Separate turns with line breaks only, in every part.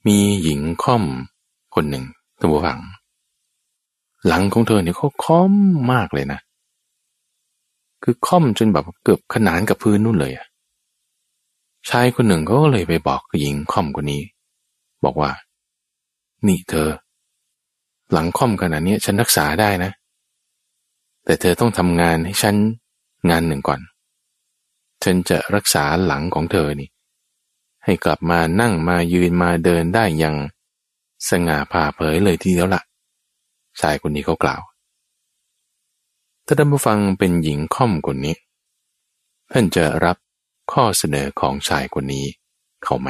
มีหญิงค่อมคนหนึ่งท่านผู้ฟังหลังของเธอเนี่ยเขาค่อมมากเลยนะคือค่อมจนแบบเกือบขนานกับพื้นนู่นเลยอ่ะชายคนหนึ่งก็เลยไปบอกหญิงค่อมคนนี้บอกว่านี่เธอหลังค่อมขนาดนี้ฉันรักษาได้นะแต่เธอต้องทำงานให้ฉันงานหนึ่งก่อนฉันจะรักษาหลังของเธอนี่ให้กลับมานั่งมายืนมาเดินได้อย่างสง่าผ่าเผยเลยทีเดียวละชายคนนี้เขากล่าวถ้าท่านผู้ฟังเป็นหญิงค่อมคนนี้ท่านจะรับข้อเสนอของชายคนนี้เข้าไหม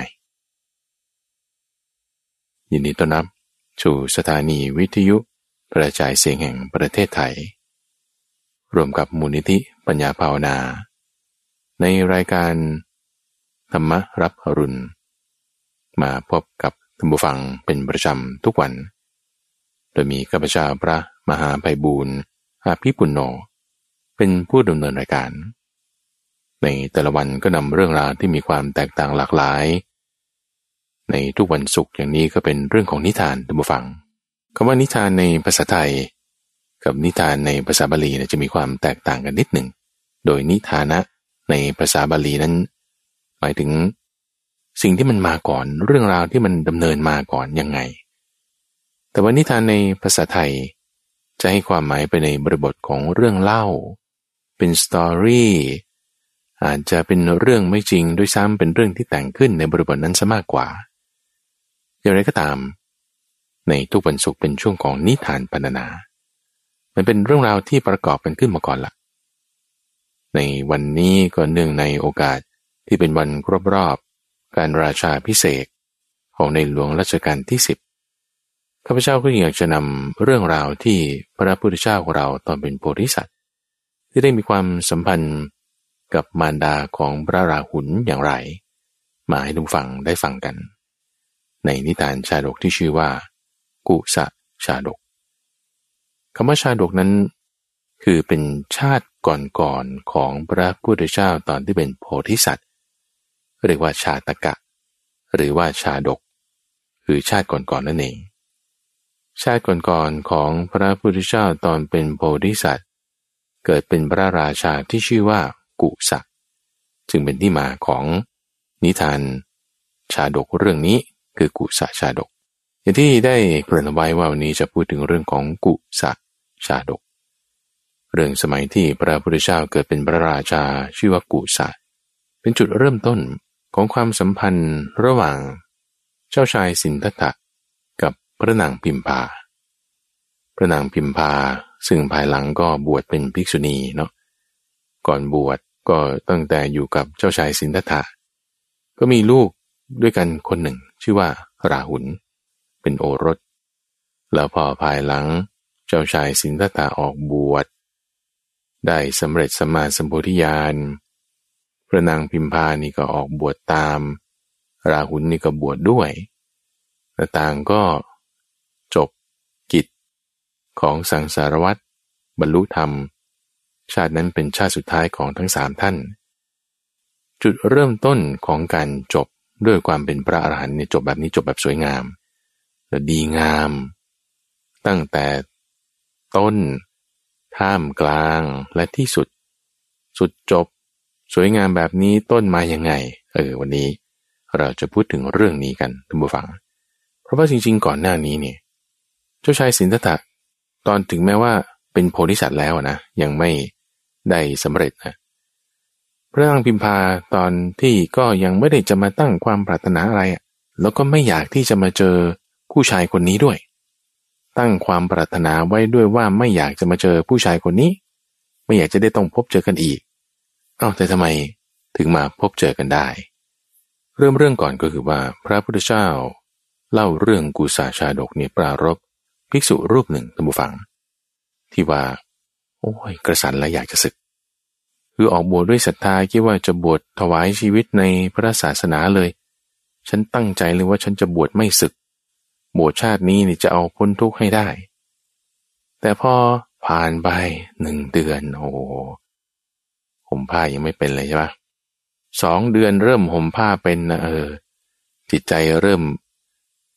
ยินดีต้อนรับสู่สถานีวิทยุกระจายเสียงแห่งประเทศไทยร่วมกับมูลนิธิปัญญาภาวนาในรายการธรรมรับอรุณมาพบกับท่านผู้ฟังเป็นประจำทุกวันโดยมีข้าพเจ้าพระมหาไพบูลย์อาภิปุณโญเป็นผู้ดำเนินรายการในแต่ละวันก็นำเรื่องราวที่มีความแตกต่างหลากหลายในทุกวันศุกร์อย่างนี้ก็เป็นเรื่องของนิทานท่านผู้ฟังคำว่านิทานในภาษาไทยกับนิทานในภาษาบาลีจะมีความแตกต่างกันนิดหนึ่งโดยนิทานะในภาษาบาลีนั้นหมายถึงสิ่งที่มันมาก่อนเรื่องราวที่มันดำเนินมาก่อนยังไงแต่ว่านิทานในภาษาไทยจะให้ความหมายไปในบริบทของเรื่องเล่าเป็นสตอรี่อาจจะเป็นเรื่องไม่จริงด้วยซ้ำเป็นเรื่องที่แต่งขึ้นในบริบทนั้นซะมากกว่าอย่างไรก็ตามในทุกวันศุกร์เป็นช่วงของนิทานพรรณนามันเป็นเรื่องราวที่ประกอบกันขึ้นมาก่อนละในวันนี้ก็เนื่องในโอกาสที่เป็นวันครบรอบการราชาภิเษกของในหลวงรัชกาลที่10ข้าพเจ้าก็อยากจะนำเรื่องราวที่พระพุทธเจ้าของเราตอนเป็นโพธิสัตว์ที่ได้มีความสัมพันธ์กับมารดาของพระราหุลอย่างไรมาให้ทุกฝั่งได้ฟังกันในนิทานชาดกที่ชื่อว่ากุสะชาดกคำว่าชาดกนั้นคือเป็นชาติก่อนๆของพระพุทธเจ้าตอนที่เป็นโพธิสัตว์เรียกว่าชาตกะหรือว่าชาดกคือชาติก่อนๆนั่นเองชาติก่อนๆของพระพุทธเจ้าตอนเป็นโพธิสัตว์เกิดเป็นพระราชาที่ชื่อว่ากุสะจึงเป็นที่มาของนิทานชาดกเรื่องนี้คือกุสะชาดกอย่างที่ได้เกริ่นไว้ว่าวันนี้จะพูดถึงเรื่องของกุสะชาดกเรื่องสมัยที่พระพุทธเจ้าเกิดเป็นพระราชาชื่อว่ากุสะเป็นจุดเริ่มต้นของความสัมพันธ์ระหว่างเจ้าชายสินธัตถะกับพระนางพิมพาพระนางพิมพาซึ่งภายหลังก็บวชเป็นภิกษุณีเนาะก่อนบวชก็ตั้งแต่อยู่กับเจ้าชายสินธัตถะก็มีลูกด้วยกันคนหนึ่งชื่อว่าราหุลเป็นโอรสแล้วพอภายหลังเจ้าชายสินธัตถะออกบวชได้สำเร็จสัมมาสัมโพธิญาณพระนางพิมพานี่ก็ออกบวชตามราหุลนี่ก็บวชด้วยและต่างก็จบกิจของสังสารวัฏบรรลุธรรมชาตินั้นเป็นชาติสุดท้ายของทั้งสามท่านจุดเริ่มต้นของการจบด้วยความเป็นพระอรหันต์เนี่ยจบแบบนี้จบแบบสวยงามและดีงามตั้งแต่ต้นท่ามกลางและที่สุดสุดจบสวยงามแบบนี้ต้นมายังไงวันนี้เราจะพูดถึงเรื่องนี้กันท่านผู้ฟังเพราะว่าจริงๆก่อนหน้านี้เนี่ยเจ้าชายสินธัตถะตอนถึงแม้ว่าเป็นโพธิสัตว์แล้วนะยังไม่ได้สำเร็จนะพระนางพิมพาตอนที่ก็ยังไม่ได้จะมาตั้งความปรารถนาอะไรแล้วก็ไม่อยากที่จะมาเจอผู้ชายคนนี้ด้วยตั้งความปรารถนาไว้ด้วยว่าไม่อยากจะมาเจอผู้ชายคนนี้ไม่อยากจะได้ต้องพบเจอกันอีกแต่ทำไมถึงมาพบเจอกันได้เรื่องก่อนก็คือว่าพระพุทธเจ้าเล่าเรื่องกุสะชาดกเนี่ยปรารภภิกษุรูปหนึ่งท่านผู้ฟังที่ว่าโอ้ยกระสันและอยากจะศึกคือออกบวชด้วยศรัทธาคิดว่าจะบวชถวายชีวิตในพระศาสนาเลยฉันตั้งใจเลยว่าฉันจะบวชไม่ศึกบวชชาตินี้นี่จะเอาพ้นทุกข์ให้ได้แต่พอผ่านไป1 เดือนห่มผ้ายังไม่เป็นเลยใช่ปะ2 เดือนเริ่มห่มผ้าเป็นนะจิตใจเริ่ม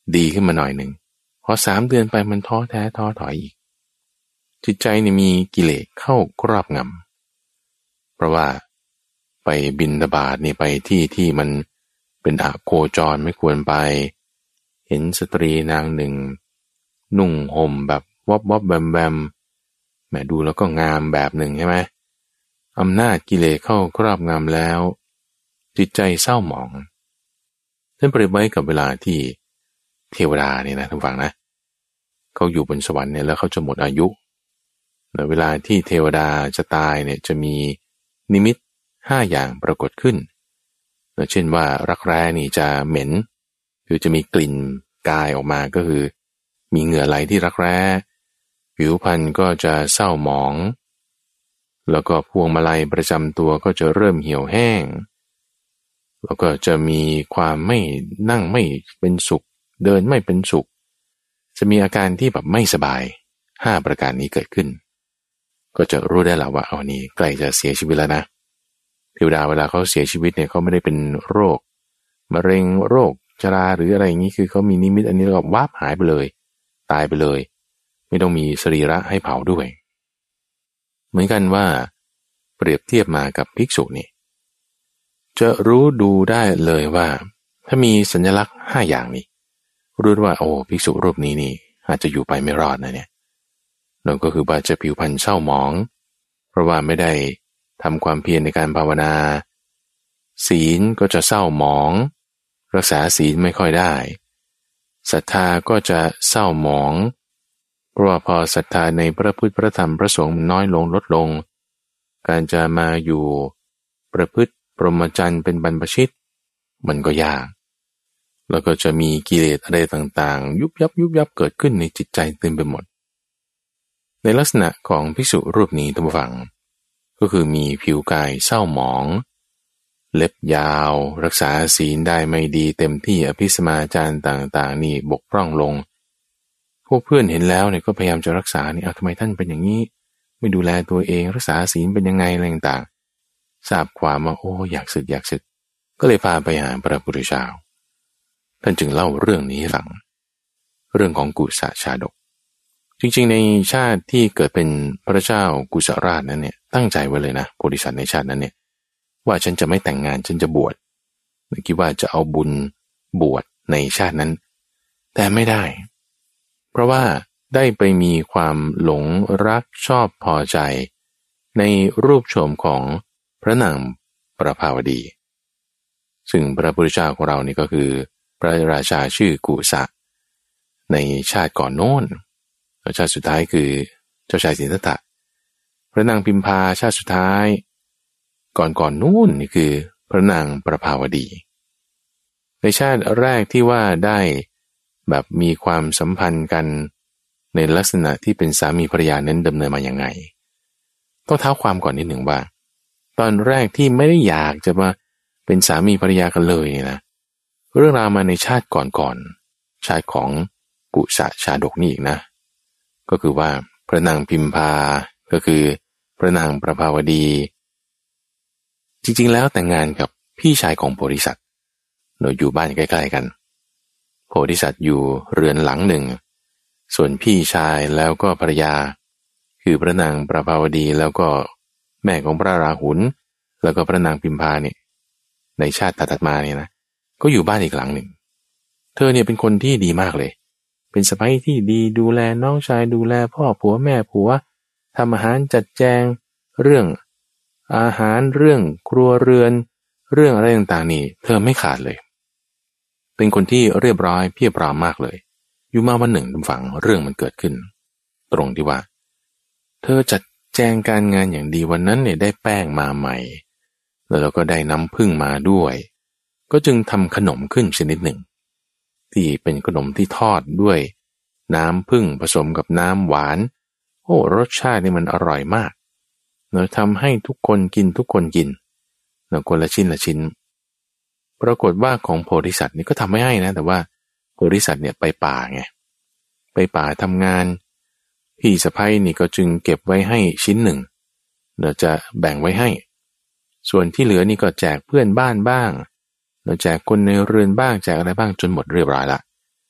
ดีขึ้นมาหน่อยหนึ่งพอ3 เดือนไปมันท้อแท้ท้อถอยอีกจิตใจนี่มีกิเลสเข้าครอบงำเพราะว่าไปบิณฑบาตนี่ไปที่ที่มันเป็นอโคจรไม่ควรไปเห็นสตรีนางหนึ่งนุ่งห่มแบบวบแวมแม่ดูแล้วก็งามแบบหนึ่งใช่ไหมอำนาจกิเลสเข้าครอบงำแล้วจิตใจเศร้าหมองท่านเปรียบไว้กับเวลาที่เทวดาเนี่ยนะท่านฟังนะเขาอยู่บนสวรรค์เนี่ยแล้วเขาจะหมดอายุในเวลาที่เทวดาจะตายเนี่ยจะมีนิมิต5 อย่างปรากฏขึ้นเช่นว่ารักแร้นี่จะเหม็นคือจะมีกลิ่นกายออกมาก็คือมีเหงื่อไหลที่รักแร้ผิวพรรณก็จะเศร้าหมองแล้วก็พวงมาลัยประจำตัวก็จะเริ่มเหี่ยวแห้งแล้วก็จะมีความไม่นั่งไม่เป็นสุขเดินไม่เป็นสุขจะมีอาการที่แบบไม่สบาย5 ประการนี้เกิดขึ้นก็จะรู้ได้แล้วว่าเอานี่ใกล้จะเสียชีวิตแล้วนะเทวดาเวลาเขาเสียชีวิตเนี่ยเขาไม่ได้เป็นโรคมะเร็งโรคชราหรืออะไรอย่างนี้คือเขามีนิมิตอันนี้แล้วก็วาบหายไปเลยตายไปเลยไม่ต้องมีสรีระให้เผาด้วยเหมือนกันว่าเปรียบเทียบมากับภิกษุนี่จะรู้ดูได้เลยว่าถ้ามีสัญลักษณ์5 อย่างนี้รู้ว่าโอ้ภิกษุรูปนี้นี่อาจจะอยู่ไปไม่รอดนะเนี่ยนั่นก็คือว่าจะผิวพรรณเศร้าหมองเพราะว่าไม่ได้ทำความเพียรในการภาวนาศีลก็จะเศร้าหมองรักษาศีลไม่ค่อยได้ศรัทธาก็จะเศร้าหมองเพราะว่าพอศรัทธาในพระพุทธพระธรรมพระสงฆ์มันน้อยลงลดลงการจะมาอยู่ประพฤติพรหมจรรย์เป็นบรรพชิตมันก็ยากแล้วก็จะมีกิเลสอะไรต่างๆยุบยับเกิดขึ้นในจิตใจเต็มไปหมดในลักษณะของภิกษุรูปนี้ท่านผู้ฟังก็คือมีผิวกายเศร้าหมองเล็บยาวรักษาศีลได้ไม่ดีเต็มที่อภิสมาจารต่างๆนี่บกพร่องลงพวกเพื่อนเห็นแล้วเนี่ยก็พยายามจะรักษานี่ทำไมท่านเป็นอย่างนี้ไม่ดูแลตัวเองรักษาศีลเป็นยังไงอะไรต่างๆทราบความว่าโอ้อยากสึกก็เลยพาไปหาพระพุทธเจ้าท่านจึงเล่าเรื่องนี้ให้ฟังเรื่องของกุสชาดกจริงๆในชาติที่เกิดเป็นพระเจ้ากุสราชนั้นเนี่ยตั้งใจไว้เลยนะโพธิสัตว์ในชาตินั้นเนี่ยว่าฉันจะไม่แต่งงานฉันจะบวชคิดว่าจะเอาบุญบวชในชาตินั้นแต่ไม่ได้เพราะว่าได้ไปมีความหลงรักชอบพอใจในรูปโฉมของพระนางประภาวดีซึ่งพระพุทธเจ้าของเรานี่ก็คือพระราชาชื่อกุสะในชาติก่อนโน้นชาติสุดท้ายคือเจ้าชายสิทธัตถะพระนางพิมพาชาติสุดท้ายก่อนนู้นนี่คือพระนางประภาวดีในชาติแรกที่ว่าได้แบบมีความสัมพันธ์กันในลักษณะที่เป็นสามีภรรยานั้นดำเนินมาอย่างไงต้องเท้าความก่อนนิดหนึ่งว่าตอนแรกที่ไม่ได้อยากจะมาเป็นสามีภรรยากันเลยนะเรื่องราวมาในชาติก่อนชาติของกุสชาดกนี่อีกนะก็คือว่าพระนางพิมพาก็คือพระนางประภาวดีจริงๆแล้วแต่งงานกับพี่ชายของโพธิสัตว์เราอยู่บ้านใกล้ๆกันโพธิสัตว์อยู่เรือนหลังหนึ่งส่วนพี่ชายแล้วก็ภรรยาคือพระนางประภาวดีแล้วก็แม่ของพระราหุลแล้วก็พระนางพิมพาเนี่ยในชาติถัดมาเนี่ยนะก็อยู่บ้านอีกหลังหนึ่งเธอเนี่ยเป็นคนที่ดีมากเลยเป็นสะใภ้ที่ดีดูแลน้องชายดูแลพ่อผัวแม่ผัวทำอาหารจัดแจงเรื่องอาหารเรื่องครัวเรือนเรื่องอะไรต่างๆนี่เธอไม่ขาดเลยเป็นคนที่เรียบร้อยเพียบพร้อมมากเลยอยู่มาวันหนึ่งฝังเรื่องมันเกิดขึ้นตรงที่ว่าเธอจัดแจงการงานอย่างดีวันนั้นเนี่ยได้แป้งมาใหม่แล้วเราก็ได้น้ำผึ้งมาด้วยก็จึงทำขนมขึ้นชนิดหนึ่งที่เป็นขนมที่ทอดด้วยน้ำผึ้งผสมกับน้ำหวานโอ้รสชาตินี่มันอร่อยมากเราทำให้ทุกคนกินเราคนละชิ้นปรากฏว่าของโพธิสัตว์นี่ก็ทำไม่ให้นะแต่ว่าโพธิสัตว์เนี่ยไปป่าไงไปป่าทำงานพี่สะใภ้นี่ก็จึงเก็บไว้ให้ชิ้นหนึ่งเราจะแบ่งไว้ให้ส่วนที่เหลือนี่ก็แจกเพื่อนบ้านบ้างเราแจกคนในเรือนบ้างแจกอะไรบ้างจนหมดเรียบร้อยละ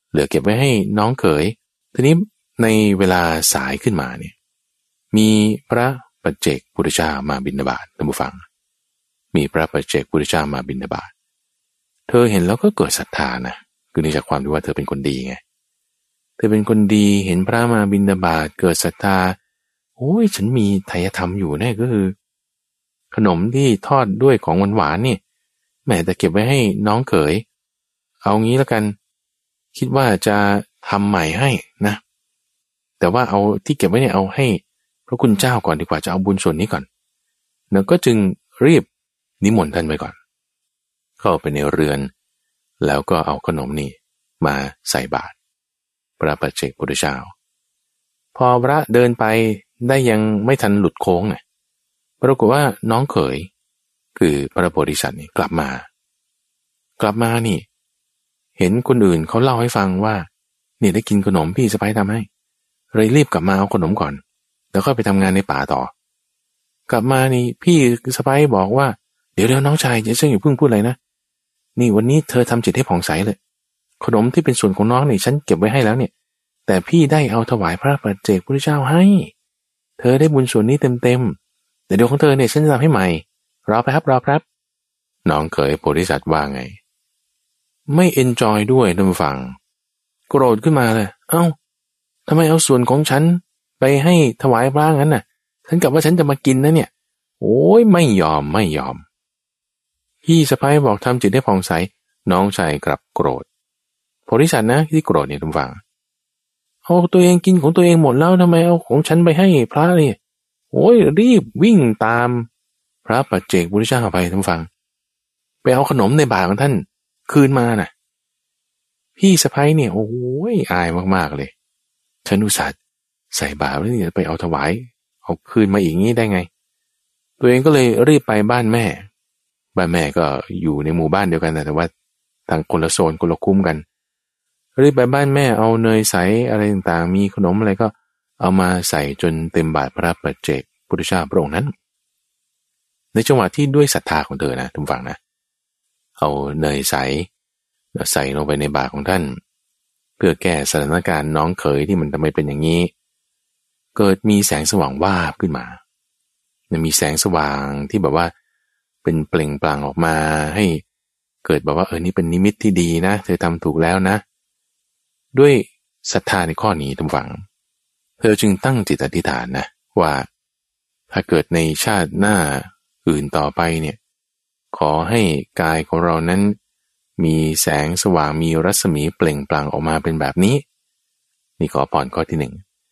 เหลือเก็บไว้ให้น้องเขยทีนี้ในเวลาสายขึ้นมาเนี่ยมีพระปัจเจกพุทธเจ้ามาบิณฑบาตท่านผู้ฟังมีพระปัจเจกพุทธเจ้ามาบิณฑบาตเธอเห็นแล้วก็เกิดศรัทธานะคือในจากความที่ว่าเธอเป็นคนดีไงเธอเป็นคนดีเห็นพระมาบิณฑบาตเกิดศรัทธาโอ้ยฉันมีไถยธรรมอยู่แน่ก็คือขนมที่ทอดด้วยของหวานๆนี่แม่แต่เก็บไว้ให้น้องเขยเอางี้แล้วกันคิดว่าจะทำใหม่ให้นะแต่ว่าเอาที่เก็บไว้เนี่ยเอาให้พระคุณเจ้าก่อนดีกว่าจะเอาบุญส่วนนี้ก่อนเนาะก็จึงรีบนิมนต์ท่านไปก่อนเข้าไปในเรือนแล้วก็เอาขนมนี่มาใส่บาตรพระปัจเจกพุทธเจ้าพอพระเดินไปได้ยังไม่ทันหลุดโค้งเนี่ยปรากฏว่าน้องเขยคือพระโพธิสัตว์นี่กลับมานี่เห็นคนอื่นเขาเล่าให้ฟังว่าเนี่ยได้กินขนมพี่สะใภ้ทำให้เลยรีบกลับมาเอาขนมก่อนแล้วก็ไปทำงานในป่าต่อกลับมานี่พี่สะใภ้บอกว่าเดี๋ยวน้องชายอย่าเพิ่งพูดอะไรนะนี่วันนี้เธอทำจิตให้ผ่องใสเลยขนมที่เป็นส่วนของน้องนี่ฉันเก็บไว้ให้แล้วเนี่ยแต่พี่ได้เอาถวายพระปัจเจกพุทธเจ้าให้เธอได้บุญส่วนนี้เต็มแต่เดี๋ยวของเธอเนี่ยฉันจะทำให้ใหม่รอแป๊บน้องเขยโพธิสัตว์ว่าไงไม่เอนจอยด้วยท่านผู้ฟังโกรธขึ้นมาเลยเอ้าทำไมเอาส่วนของฉันไปให้ถวายพระงั้นน่ะฉันกลับว่าฉันจะมากินนะเนี่ยโอ้ยไม่ยอมพี่สะใภ้บอกทำจิตให้ผ่องใสน้องชายกลับโกรธโพธิสัตว์นะที่โกรธเนี่ยท่านผู้ฟังเอาตัวเองกินของตัวเองหมดแล้วทำไมเอาของฉันไปให้พระเนี่ยโอ้ยรีบวิ่งตามพระปัจเจกพุทธเจ้าไปท่านผู้ฟังไปเอาขนมในบาตรของท่านคืนมาน่ะพี่สะใภ้เนี่ยโอ้ยอายมากๆเลยฉันอุตส่าห์ใส่บาตรแล้วเนี่ยไปเอาถวายเอาคืนมาอีกงี้ได้ไงตัวเองก็เลยรีบไปบ้านแม่ก็อยู่ในหมู่บ้านเดียวกันแต่ว่าทางคนละโซนคนละคุ้มกันรีบไปบ้านแม่เอาเนยใสอะไรต่างๆมีขนมอะไรก็เอามาใส่จนเต็มบาตรพระปัจเจกพุทธเจ้าพระองค์นั้นในจังหวะที่ด้วยศรัทธาของเธอนะทุกฝั่งนะเอาเนยใส่ลงไปในบาตรของท่านเพื่อแก้สถานการณ์น้องเขยที่มันทำไมเป็นอย่างนี้เกิดมีแสงสว่างวาบขึ้นมามีแสงสว่างที่แบบว่าเป็นเปล่งปลั่งออกมาให้เกิดแบบว่านี่เป็นนิมิตที่ดีนะเธอทำถูกแล้วนะด้วยศรัทธาในข้อนี้ทุกฝั่งเธอจึงตั้งจิตอธิษฐานนะว่าถ้าเกิดในชาติหน้าอื่นต่อไปเนี่ยขอให้กายของเรานั้นมีแสงสว่างมีรัศมีเปล่งปลั่งออกมาเป็นแบบนี้นี่ขอพรข้อที่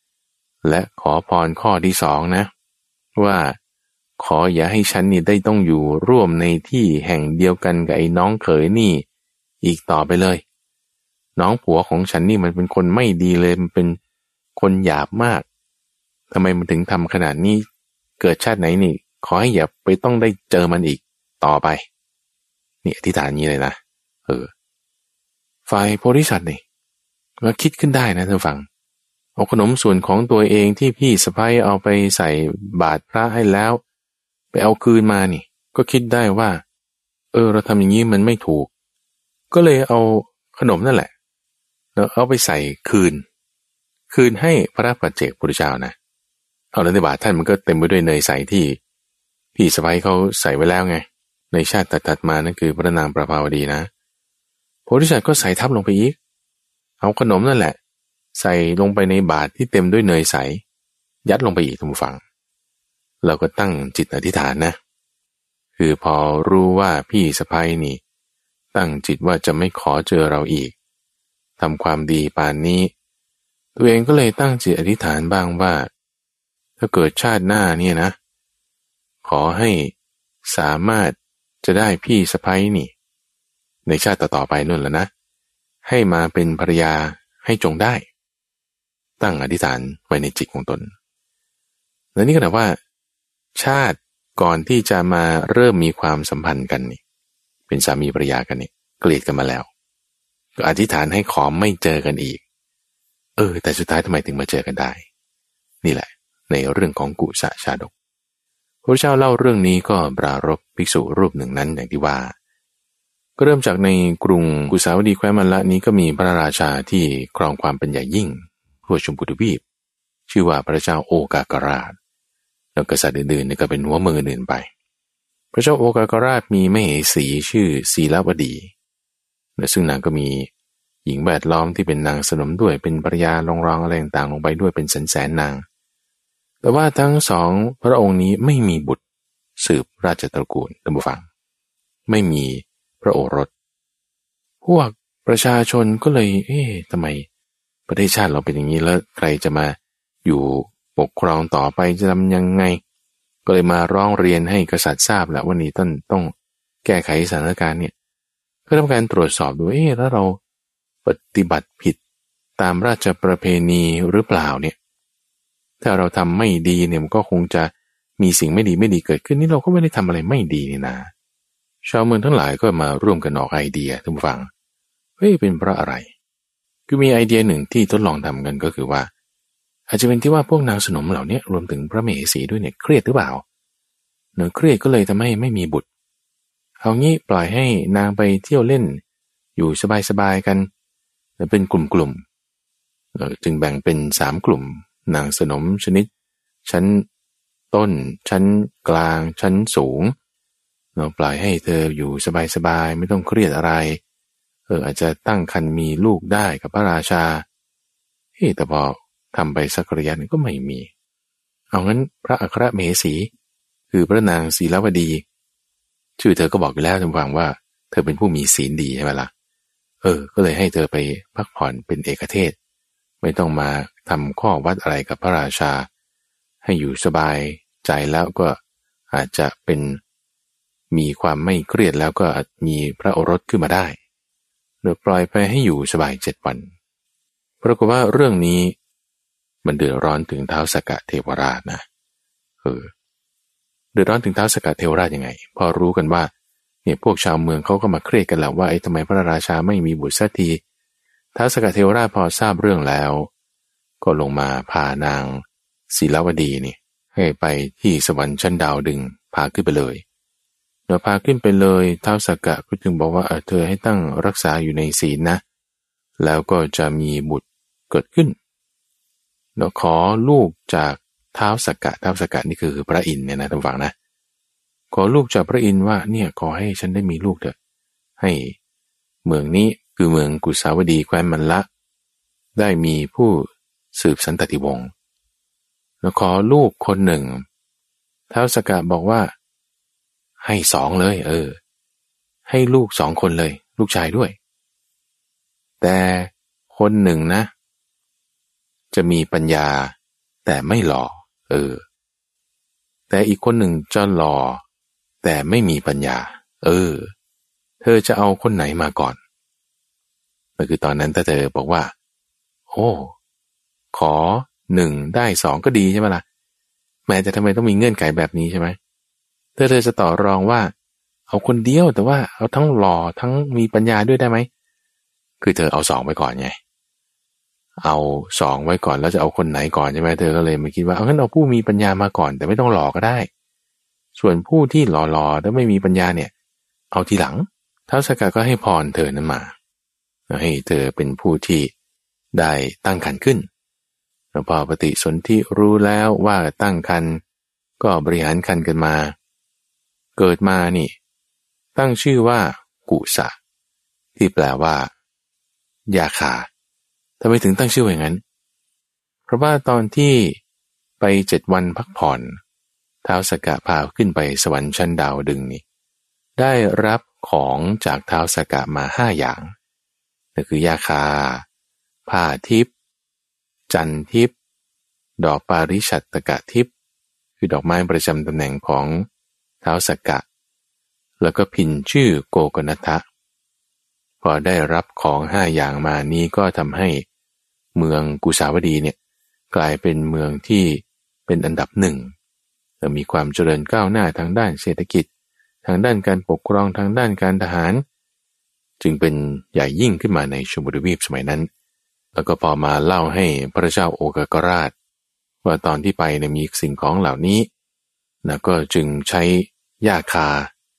1และขอพรข้อที่2นะว่าขออย่าให้ฉันนี่ได้ต้องอยู่ร่วมในที่แห่งเดียวกันกับไอ้น้องเขยนี่อีกต่อไปเลยน้องผัวของฉันนี่มันเป็นคนไม่ดีเลยมันเป็นคนหยาบมากทำไมมันถึงทำขนาดนี้เกิดชาติไหนนี่ขอให้อย่าไปต้องได้เจอมันอีกต่อไปนี่อธิษฐานนี้เลยนะฝ่ายโพธิสัตว์นี่ก็คิดขึ้นได้นะท่านฟังเอาขนมส่วนของตัวเองที่พี่สะใภ้เอาไปใส่บาตรพระให้แล้วไปเอาคืนมานี่ก็คิดได้ว่าเราทำอย่างนี้มันไม่ถูกก็เลยเอาขนมนั่นแหละเอาไปใส่คืนให้พระปัจเจกพุทธเจ้านะเอาแล้วในบาตรท่านมันก็เต็มไปด้วยเนยใสที่พี่สะใภ้เขาใส่ไว้แล้วไงในชาติตัดมานั่นคือพระนางประภาวดีนะโพธิสัตว์ก็ใส่ทับลงไปอีกเอาขนมนั่นแหละใส่ลงไปในบาตรที่เต็มด้วยเนยใสยัดลงไปอีกทุกฝั่งเราก็ตั้งจิตอธิษฐานนะคือพอรู้ว่าพี่สะใภ้นี่ตั้งจิตว่าจะไม่ขอเจอเราอีกทำความดีปานนี้ตัวเองก็เลยตั้งจิตอธิษฐานบ้างว่าถ้าเกิดชาติหน้าเนี่ยนะขอให้สามารถจะได้พี่สะใภ้นี่ในชาติต่อไปนู่นแล้วนะให้มาเป็นภรรยาให้จงได้ตั้งอธิษฐานไว้ในจิตของตนและนี่ก็แปลว่าชาติก่อนที่จะมาเริ่มมีความสัมพันธ์กันนี่เป็นสามีภรรยากันนี่เกลียดกันมาแล้วก็อธิษฐานให้ขอไม่เจอกันอีกแต่สุดท้ายทำไมถึงมาเจอกันได้นี่แหละในเรื่องของกุสะชาดกพระเจ้าเล่าเรื่องนี้ก็ปรารภภิกษุรูปหนึ่งนั้นอย่างที่ว่าก็เริ่มจากในกรุงกุสาวดีแคว้นมัลละนี้ก็มีพระราชาที่ครองความเป็นใหญ่ยิ่งทั่วชมพูทวีปชื่อว่าพระเจ้าโอกากราชแล้วกษัตริย์อื่นๆนี่ก็เป็นหัวเมืองอื่นไปพระเจ้าโอกากราชมีมเหสีชื่อศีลวดีและซึ่งนางก็มีหญิงแวดล้อมที่เป็นนางสนมด้วยเป็นภรรยารองๆอะไรต่างๆลงไปด้วยเป็นแสนๆนางแต่ว่าทั้งสองพระองค์นี้ไม่มีบุตรสืบราชตระกูลท่านผู้ฟังไม่มีพระโอรสพวกประชาชนก็เลยทำไมประเทศชาติเราเป็นอย่างนี้แล้วใครจะมาอยู่ปกครองต่อไปจะทำยังไงก็เลยมาร้องเรียนให้กษัตริย์ทราบแล้วว่านี่ต้องแก้ไขสถานการณ์เนี่ยก็ทำการตรวจสอบดูแล้วเราปฏิบัติผิดตามราชประเพณีหรือเปล่าเนี่ยถ้าเราทำไม่ดีเนี่ยมันก็คงจะมีสิ่งไม่ดีเกิดขึ้นนี่เราก็ไม่ได้ทำอะไรไม่ดีนี่นะชาวเมืองทั้งหลายก็มาร่วมกันออกไอเดียท่านผู้ฟังเป็นเพราะอะไรคือมีไอเดียหนึ่งที่ทดลองทำกันก็คือว่าอาจจะเป็นที่ว่าพวกนางสนมเหล่านี้รวมถึงพระมเหสีด้วยเนี่ยเครียดหรือเปล่าเครียดก็เลยทำให้ไม่มีบุตรเอางี้ปล่อยให้นางไปเที่ยวเล่นอยู่สบายๆกันเป็นกลุ่มๆจึงแบ่งเป็น3กลุ่มนางสนมชนิดชั้นต้นชั้นกลางชั้นสูงเราปล่อยให้เธออยู่สบายๆไม่ต้องเครียดอะไรอาจจะตั้งครรภ์มีลูกได้กับพระราชาแต่พอทำไปสักระยะนึงก็ไม่มีเอางั้นพระอัครมเหสีคือพระนางศีลวดีชื่อเธอก็บอกอยู่แล้วท่านฟังว่าเธอเป็นผู้มีศีลดีใช่ไหมล่ะก็เลยให้เธอไปพักผ่อนเป็นเอกเทศไม่ต้องมาทำข้อวัดอะไรกับพระราชาให้อยู่สบายใจแล้วก็อาจจะเป็นมีความไม่เครียดแล้วก็อาจมีพระโอรสขึ้นมาได้โดยปล่อยไปให้อยู่สบาย7 วันปรากฏว่าเรื่องนี้มันเดือดร้อนถึงท้าวสักกะเทวราชนะเดือดร้อนถึงท้าวสักกะเทวราชยังไงพอรู้กันว่าเนี่ยพวกชาวเมืองเขาก็มาเครียดกันแล้วว่าทำไมพระราชาไม่มีบุตรสักทีท้าวสักกะเทวราชพอทราบเรื่องแล้วก็ลงมาพานางศีลวดีนี่ให้ไปที่สวรรค์ชั้นดาวดึงพาขึ้นไปเลยเราพาขึ้นไปเลยท้าวสักกะก็จึงบอกว่าเธอให้ตั้งรักษาอยู่ในศีลนะแล้วก็จะมีบุตรเกิดขึ้นเราขอลูกจากท้าวสักกะนี่คือพระอินทร์เนี่ยนะท่านฟังนะขอลูกจากพระอินทร์ว่าเนี่ยขอให้ฉันได้มีลูกเถอะให้เมืองนี้คือเมืองกุสาวดีแคว้นมัลละได้มีผู้สืบสันตติวงศ์แล้วขอลูกคนหนึ่งท้าวสักกะบอกว่าให้2เลยให้ลูก2คนเลยลูกชายด้วยแต่คนหนึ่งนะจะมีปัญญาแต่ไม่หล่อแต่อีกคนหนึ่งจะหล่อแต่ไม่มีปัญญาเธอจะเอาคนไหนมาก่อนก็คือตอนนั้นถ้าเธอบอกว่าขอ1ได้2ก็ดีใช่ไหมล่ะแม้แต่ทำไมต้องมีเงื่อนไขแบบนี้ใช่ไหมเธอจะต่อรองว่าเอาคนเดียวแต่ว่าเอาทั้งหล่อทั้งมีปัญญาด้วยได้ไหมคือเธอเอา2ไว้ก่อนไงเอา2ไว้ก่อนแล้วจะเอาคนไหนก่อนใช่ไหมเธอก็เลยมาคิดว่างั้นเอาผู้มีปัญญามาก่อนแต่ไม่ต้องหล่อก็ได้ส่วนผู้ที่หล่อๆแล้วไม่มีปัญญาเนี่ยเอาทีหลังท้าวสักกะก็ให้พรเธอนั้นมาให้เธอเป็นผู้ที่ได้ตั้งครรภ์ขึ้นแล้วพอปฏิสนธิรู้แล้วว่าตั้งครรภ์ก็บริหารครรภ์กันมาเกิดมานี่ตั้งชื่อว่ากุสะที่แปลว่ายาคาทำไมถึงตั้งชื่ออย่างนั้นเพราะว่าตอนที่ไป7 วันพักผ่อนท้าวสักกะพาขึ้นไปสวรรค์ชั้นดาวดึงนี่ได้รับของจากท้าวสักกะมา5 อย่างนั่นคือยาคาผ้าทิพย์จันทิพย์ดอกปาริชัตตกะทิพย์คือดอกไม้ประจำตำแหน่งของท้าวสักกะแล้วก็พินชื่อโกกนัทธะพอได้รับของ5 อย่างมานี้ก็ทำให้เมืองกุสาวดีเนี่ยกลายเป็นเมืองที่เป็นอันดับ1มีความเจริญก้าวหน้าทางด้านเศรษฐกิจทางด้านการปกครองทางด้านการทหารจึงเป็นใหญ่ยิ่งขึ้นมาในชมพูทวีปสมัยนั้นแล้วก็พอมาเล่าให้พระเจ้าโอกากราชว่าตอนที่ไปเนี่ยมีสิ่งของเหล่านี้นะก็จึงใช้ยาคาท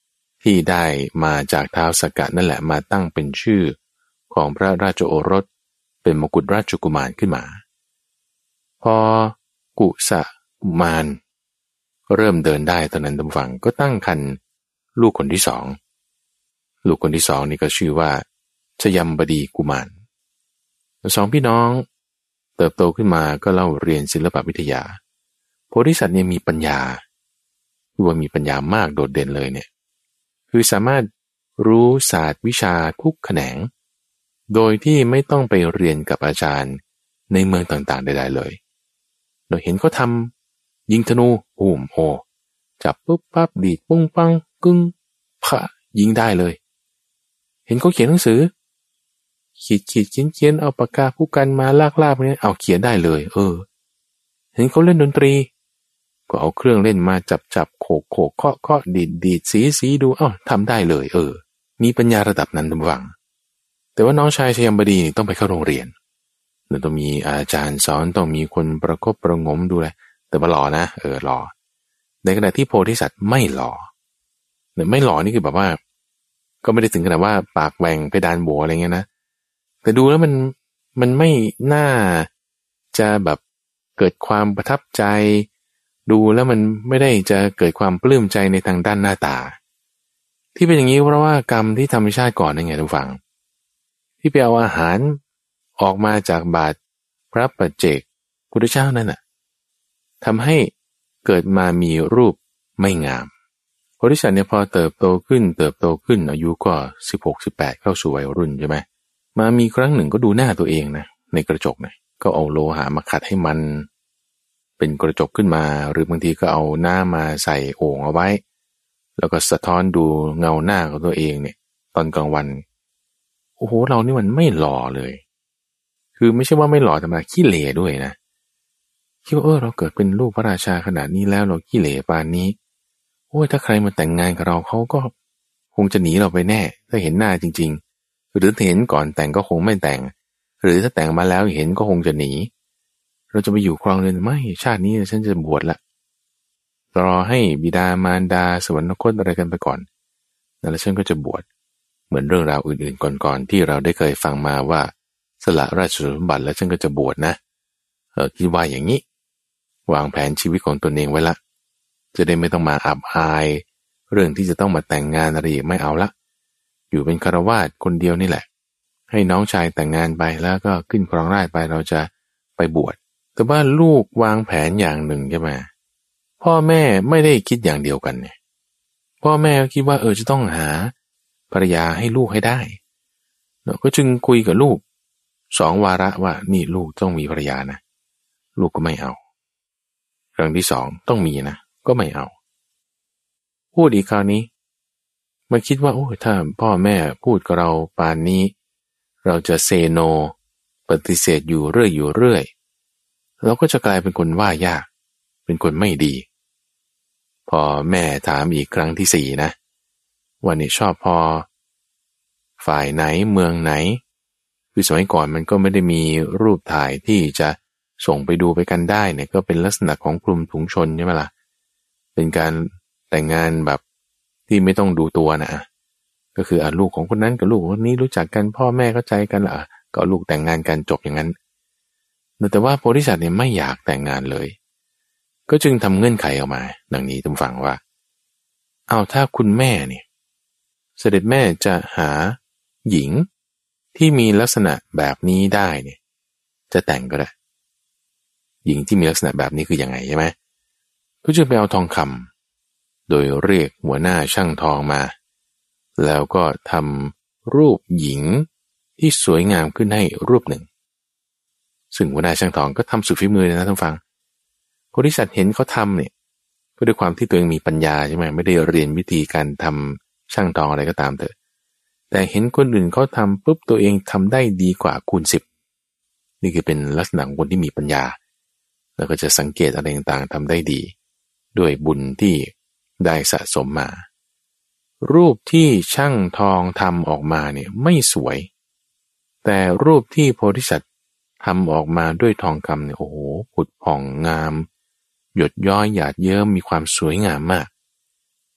ที่ได้มาจากท้าวสักกะนั่นแหละมาตั้งเป็นชื่อของพระราชโอรสเป็นมกุฎราชกุมารขึ้นมาพอกุสะกุมารเริ่มเดินได้ตอนนั้นตำฝังก็ตั้งครรภ์ลูกคนที่สองลูกคนที่สองนี่ก็ชื่อว่าชยัมบดีกุมารสองพี่น้องเติบโตขึ้นมาก็เล่าเรียนศิลปวิทยาโพธิสัตว์เนี่ยมีปัญญาคือว่ามีปัญญามากโดดเด่นเลยเนี่ยคือสามารถรู้ศาสตร์วิชาทุกแขนงโดยที่ไม่ต้องไปเรียนกับอาจารย์ในเมืองต่างๆใดๆเลยโดยเห็นเขาทำยิงธนูโหจับปุ๊บปั๊บดีดปุ้งปังกึ้งพะยิงได้เลยเห็นเขาเขียนหนังสือขีดเขียนเอาปากกาผู้กันมาลากเนี่ยเอาเขียนได้เลยเห็นเขาเล่นดนตรีก็เอาเครื่องเล่นมาจับโขกเคาะดีดสีดูทำได้เลยมีปัญญาระดับนั้นทั้งวังแต่ว่าน้องชายชยัมบดีต้องไปเข้าโรงเรียนต้องมีอาจารย์สอนต้องมีคนประคบประงมดูแลแต่ว่าหล่อนะหล่อในขณะที่โพธิสัตว์ไม่หล่อไม่หล่อนี่คือแบบว่าก็ไม่ได้ถึงขนาดว่าปากแหว่งเพดานโบอะไรเงี้ยนะแต่ดูแล้วมันไม่น่าจะแบบเกิดความประทับใจดูแล้วมันไม่ได้จะเกิดความปลื้มใจในทางด้านหน้าตาที่เป็นอย่างนี้เพราะว่ากรรมที่ธรรมชาติก่อนนั่นไงทุกฝั่งที่ไปเอาอาหารออกมาจากบาตรพระปัจเจกพุทธเจ้านั่นน่ะทำให้เกิดมามีรูปไม่งามโพธิสัตว์เนี่ยพอเติบโตขึ้นอายุก็16-18เข้าสู่วัยรุ่นใช่ไหมมามีครั้งหนึ่งก็ดูหน้าตัวเองนะในกระจกนะก็เอาโลหะมาขัดให้มันเป็นกระจกขึ้นมาหรือบางทีก็เอาหน้ามาใส่โอ่งเอาไว้แล้วก็สะท้อนดูเงาหน้าของตัวเองเนี่ยตอนกลางวันโอ้โหเรานี่มันไม่หล่อเลยคือไม่ใช่ว่าไม่หล่อแต่มาขี้เหร่ด้วยนะคิดว่าเราเกิดเป็นลูกพระราชาขนาดนี้แล้วเราขี้เหร่ปานนี้โอ้ยถ้าใครมาแต่งงานกับเราเขาก็คงจะหนีเราไปแน่ถ้าเห็นหน้าจริงๆหรือเห็นก่อนแต่งก็คงไม่แต่งหรือถ้าแต่งมาแล้วเห็นก็คงจะหนีเราจะไปอยู่ครองเรือนไม่ชาตินี้ฉันจะบวชละรอให้บิดามารดาสวรรคตอะไรกันไปก่อนแล้วฉันก็จะบวชเหมือนเรื่องราวอื่นๆก่อนๆที่เราได้เคยฟังมาว่าสละราชสมบัติแล้วฉันก็จะบวชนะคิดว่าอย่างนี้วางแผนชีวิตของตนเองไว้ละจะได้ไม่ต้องมาอับอายเรื่องที่จะต้องมาแต่งงานอะไรอีกไม่เอาละอยู่เป็นฆราวาสคนเดียวนี่แหละให้น้องชายแต่งงานไปแล้วก็ขึ้นครองราชย์ไปเราจะไปบวชแต่ว่าลูกวางแผนอย่างหนึ่งใช่ไหมพ่อแม่ไม่ได้คิดอย่างเดียวกันเนี่ยพ่อแม่ก็คิดว่าจะต้องหาภรรยาให้ลูกให้ได้ก็จึงคุยกับลูก2 วาระว่านี่ลูกต้องมีภรรยานะลูกก็ไม่เอาครั้งที่2ต้องมีนะก็ไม่เอาพูดอีกคราวนี้มาคิดว่าถ้าพ่อแม่พูดกับเราปานนี้เราจะเซโนปฏิเสธอยู่เรื่อยเราก็จะกลายเป็นคนว่ายากเป็นคนไม่ดีพอแม่ถามอีกครั้งที่4นะว่านี่ชอบพอฝ่ายไหนเมืองไหนคือสมัยก่อนมันก็ไม่ได้มีรูปถ่ายที่จะส่งไปดูไปกันได้เนี่ยก็เป็นลักษณะของกลุ่มถุงชนใช่ไหมล่ะเป็นการแต่งงานแบบที่ไม่ต้องดูตัวนะก็คือลูกของคนนั้นกับลูกคนนี้รู้จักกันพ่อแม่เข้าใจกันล่ะก็ลูกแต่งงานกันจบอย่างนั้นแต่ว่าโพธิสัตว์เนี่ยไม่อยากแต่งงานเลยก็จึงทำเงื่อนไขออกมาดังนี้ท่านฟังว่าถ้าคุณแม่เนี่ยเสด็จแม่จะหาหญิงที่มีลักษณะแบบนี้ได้เนี่ยจะแต่งก็ได้หญิงที่มีลักษณะแบบนี้คือยังไงใช่ไหมก็จึงไปเอาทองคำโดยเรียกหัวหน้าช่างทองมาแล้วก็ทำรูปหญิงที่สวยงามขึ้นให้รูปหนึ่งซึ่งหัวหน้าช่างทองก็ทำสุดฝีมือเลยนะท่านฟังโพธิสัตว์เห็นเขาทำเนี่ยก็ด้วยความที่ตัวเองมีปัญญาใช่ไหมไม่ได้เรียนวิธีการทำช่างทองอะไรก็ตามเถอะแต่เห็นคนอื่นเขาทำปุ๊บตัวเองทำได้ดีกว่าคูณ10นี่คือเป็นลักษณะของคนที่มีปัญญาแล้วก็จะสังเกตอะไรต่างๆทำได้ดีด้วยบุญที่ได้สะสมมารูปที่ช่างทองทำออกมาเนี่ยไม่สวยแต่รูปที่โพธิสัตว์ทำออกมาด้วยทองคำเนี่ยโอ้โหผุดผ่องงามหยดย้อยหยาดเยิ้มมีความสวยงามมาก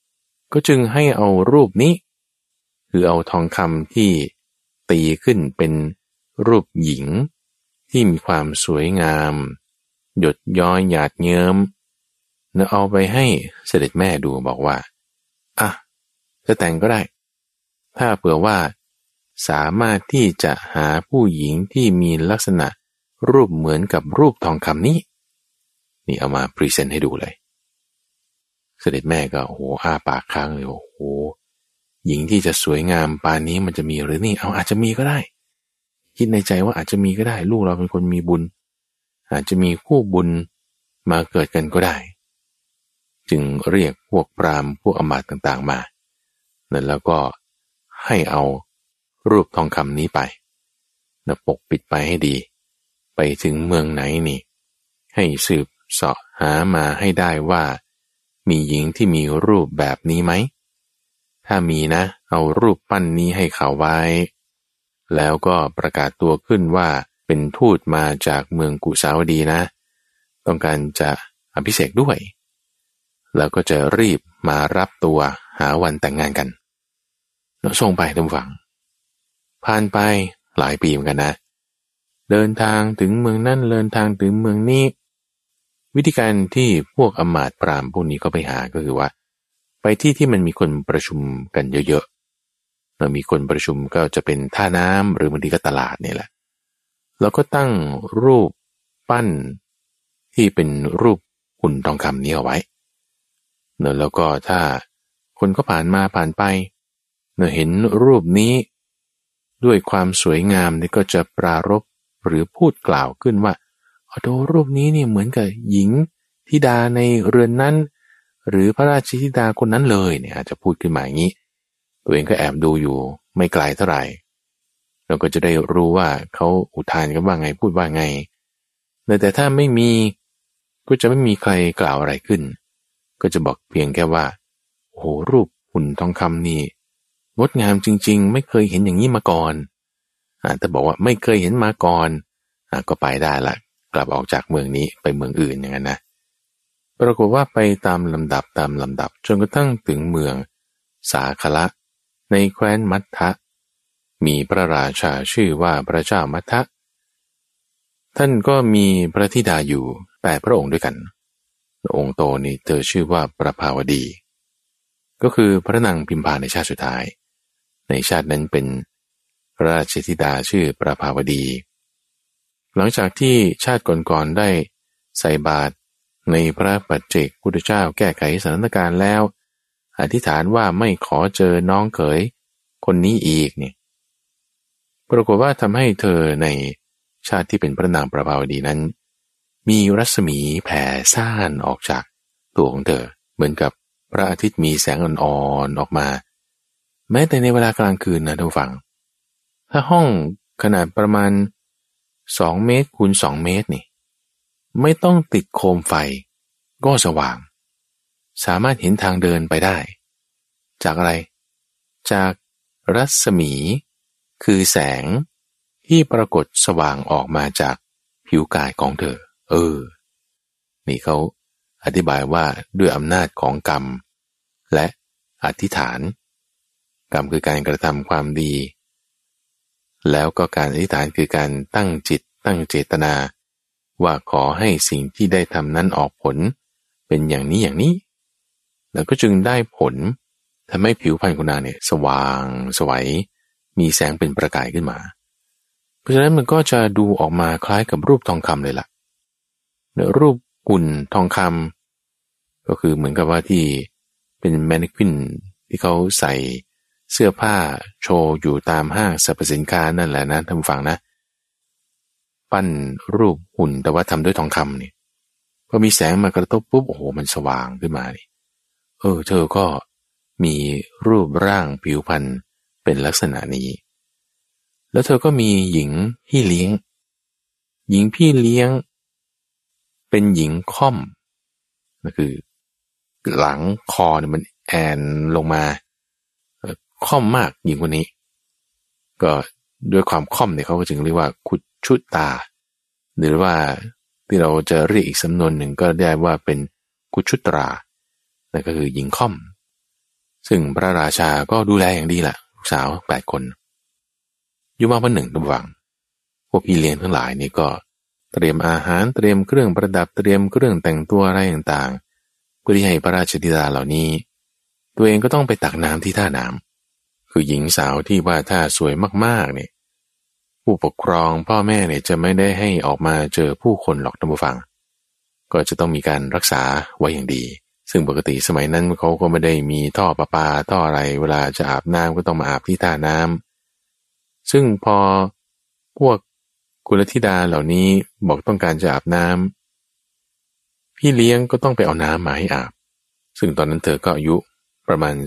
ก็จึงให้เอารูปนี้คือเอาทองคำที่ตีขึ้นเป็นรูปหญิงที่มีความสวยงามหยดย้อยหยาดเยิ้มแล้วเอาไปให้เสด็จแม่ดูบอกว่าอ่ะจะแต่งก็ได้ถ้าเผื่อว่าสามารถที่จะหาผู้หญิงที่มีลักษณะรูปเหมือนกับรูปทองคำนี้นี่เอามาพรีเซนต์ให้ดูเลยเสด็จแม่ก็โอ้โหอ้าปากค้างเลยโอ้โหหญิงที่จะสวยงามปานนี้มันจะมีหรือนี่เอาอาจจะมีก็ได้คิดในใจว่าอาจจะมีก็ได้ลูกเราเป็นคนมีบุญอาจจะมีคู่บุญมาเกิดกันก็ได้จึงเรียกพวกพราหมณ์พวกอมาตย์ต่างๆมาแล้วก็ให้เอารูปทองคำนี้ไปแล้วปกปิดไปให้ดีไปถึงเมืองไหนนี่ให้สืบเสาะหามาให้ได้ว่ามีหญิงที่มีรูปแบบนี้ไหมถ้ามีนะเอารูปปั้นนี้ให้เขาไว้แล้วก็ประกาศตัวขึ้นว่าเป็นทูตมาจากเมืองกุสาวดีนะต้องการจะอภิเษกด้วยแล้วก็จะรีบมารับตัวหาวันแต่งงานกันแล้วส่งไปท่านผู้ฟังผ่านไปหลายปีเหมือนกันนะเดินทางถึงเมืองนั้นเดินทางถึงเมืองนี้วิธีการที่พวกอมาตย์พราหมณ์พวกนี้เขาไปหาก็คือว่าไปที่มันมีคนประชุมกันเยอะๆเรามีคนประชุมก็จะเป็นท่าน้ำหรือบางทีก็ตลาดนี่แหละแล้วก็ตั้งรูปปั้นที่เป็นรูปหุ่นทองคำนี้เอาไว้แล้วก็ถ้าคนก็ผ่านมาผ่านไปเห็นรูปนี้ด้วยความสวยงามนี่ก็จะปรารภหรือพูดกล่าวขึ้นว่าดูรูปนี้นี่เหมือนกับหญิงธิดาในเรือนนั้นหรือพระราชธิดาคนนั้นเลยเนี่ยอาจจะพูดขึ้นมาอย่างนี้ตัวเองก็แอบดูอยู่ไม่ไกลเท่าไหร่เราก็จะได้รู้ว่าเขาอุทานกันว่าไงพูดว่าไงแต่ถ้าไม่มีก็จะไม่มีใครกล่าวอะไรขึ้นก็จะบอกเพียงแค่ว่าโอ้โหรูปหุ่นทองคำนี่งดงามจริงๆไม่เคยเห็นอย่างนี้มาก่อนแต่บอกว่าไม่เคยเห็นมาก่อนก็ไปได้ละกลับออกจากเมืองนี้ไปเมืองอื่นอย่างนั้นนะปรากฏว่าไปตามลำดับจนกระทั่งถึงเมืองสาคละในแคว้นมัทธะมีพระราชาชื่อว่าพระเจ้ามัทธะท่านก็มีพระธิดาอยู่8พระองค์ด้วยกันองค์โตนี้เธอชื่อว่าประภาวดีก็คือพระนางพิมพาในชาติสุดท้ายในชาตินั้นเป็นพระราชธิดาชื่อประภาวดีหลังจากที่ชาติก่อนๆได้ใส่บาตรในพระปัจเจกพุทธเจ้าแก้ไขสถานการณ์แล้วอธิษฐานว่าไม่ขอเจอน้องเขยคนนี้อีกเนี่ยปรากฏว่าทำให้เธอในชาติที่เป็นพระนางประภาวดีนั้นมีรัศมีแผ่ซ่านออกจากตัวของเธอเหมือนกับพระอาทิตย์มีแสงอ่อนๆออกมาแม้แต่ในเวลากลางคืนนะท่านผู้ฟังถ้าห้องขนาดประมาณ2 เมตรคูณ 2 เมตรนี่ไม่ต้องติดโคมไฟก็สว่างสามารถเห็นทางเดินไปได้จากอะไรจากรัศมีคือแสงที่ปรากฏสว่างออกมาจากผิวกายของเธอนี่เขาอธิบายว่าด้วยอำนาจของกรรมและอธิษฐานกรรมคือการกระทำความดีแล้วก็การอธิษฐานคือการตั้งจิตตั้งเจตนาว่าขอให้สิ่งที่ได้ทำนั้นออกผลเป็นอย่างนี้อย่างนี้แล้วก็จึงได้ผลทำให้ผิวพรรณของนางเนี่ยสว่างสวยมีแสงเป็นประกายขึ้นมาเพราะฉะนั้นมันก็จะดูออกมาคล้ายกับรูปทองคำเลยล่ะรูปหุ่นทองคำก็คือเหมือนกับว่าที่เป็นแมนนิควินที่เขาใส่เสื้อผ้าโชว์อยู่ตามห้างสรรพสินค้านั่นแหละนะท่านผู้ฟังนะปั้นรูปหุ่นแต่ว่าทำด้วยทองคำนี่พอมีแสงมากระทบปุ๊บโอ้โหมันสว่างขึ้นมานี่เธอก็มีรูปร่างผิวพรรณเป็นลักษณะนี้แล้วเธอก็มีหญิงพี่เลี้ยงเป็นหญิงค่อมก็คือหลังคอเนี่ยมันแอนลงมาค่อมมากหญิงคนนี้ก็ด้วยความค่อมเนี่ยเขาก็จึงเรียกว่าคุชุตาหรือว่าที่เราจะเรียกอีกสำนวนหนึ่งก็ได้ว่าเป็นคุชุตรานั่นก็คือหญิงค่อมซึ่งพระราชาก็ดูแลอย่างดีแหละลูกสาว8 คนอยู่มาวันหนึ่งระหว่างพวกพี่เลี้ยงทั้งหลายนี่ก็เตรียมอาหารเตรียมเครื่องประดับเตรียมเครื่องแต่งตัวอะไรต่างๆเพื่อที่ให้พระราชธิดาเหล่านี้ตัวเองก็ต้องไปตักน้ำที่ท่าน้ำคือหญิงสาวที่ว่าถ้าสวยมากๆเนี่ยผู้ปกครองพ่อแม่เนี่ยจะไม่ได้ให้ออกมาเจอผู้คนหรอกท่านผู้ฟังก็จะต้องมีการรักษาไว้อย่างดีซึ่งปกติสมัยนั้นเขาก็ไม่ได้มีท่อประปาท่ออะไรเวลาจะอาบน้ำก็ต้องมาอาบที่ท่าน้ำซึ่งพอพวกกุลธิดาเหล่านี้บอกต้องการจะอาบน้ำพี่เลี้ยงก็ต้องไปเอาน้ำมาให้อาบซึ่งตอนนั้นเธอก็อายุประมาณ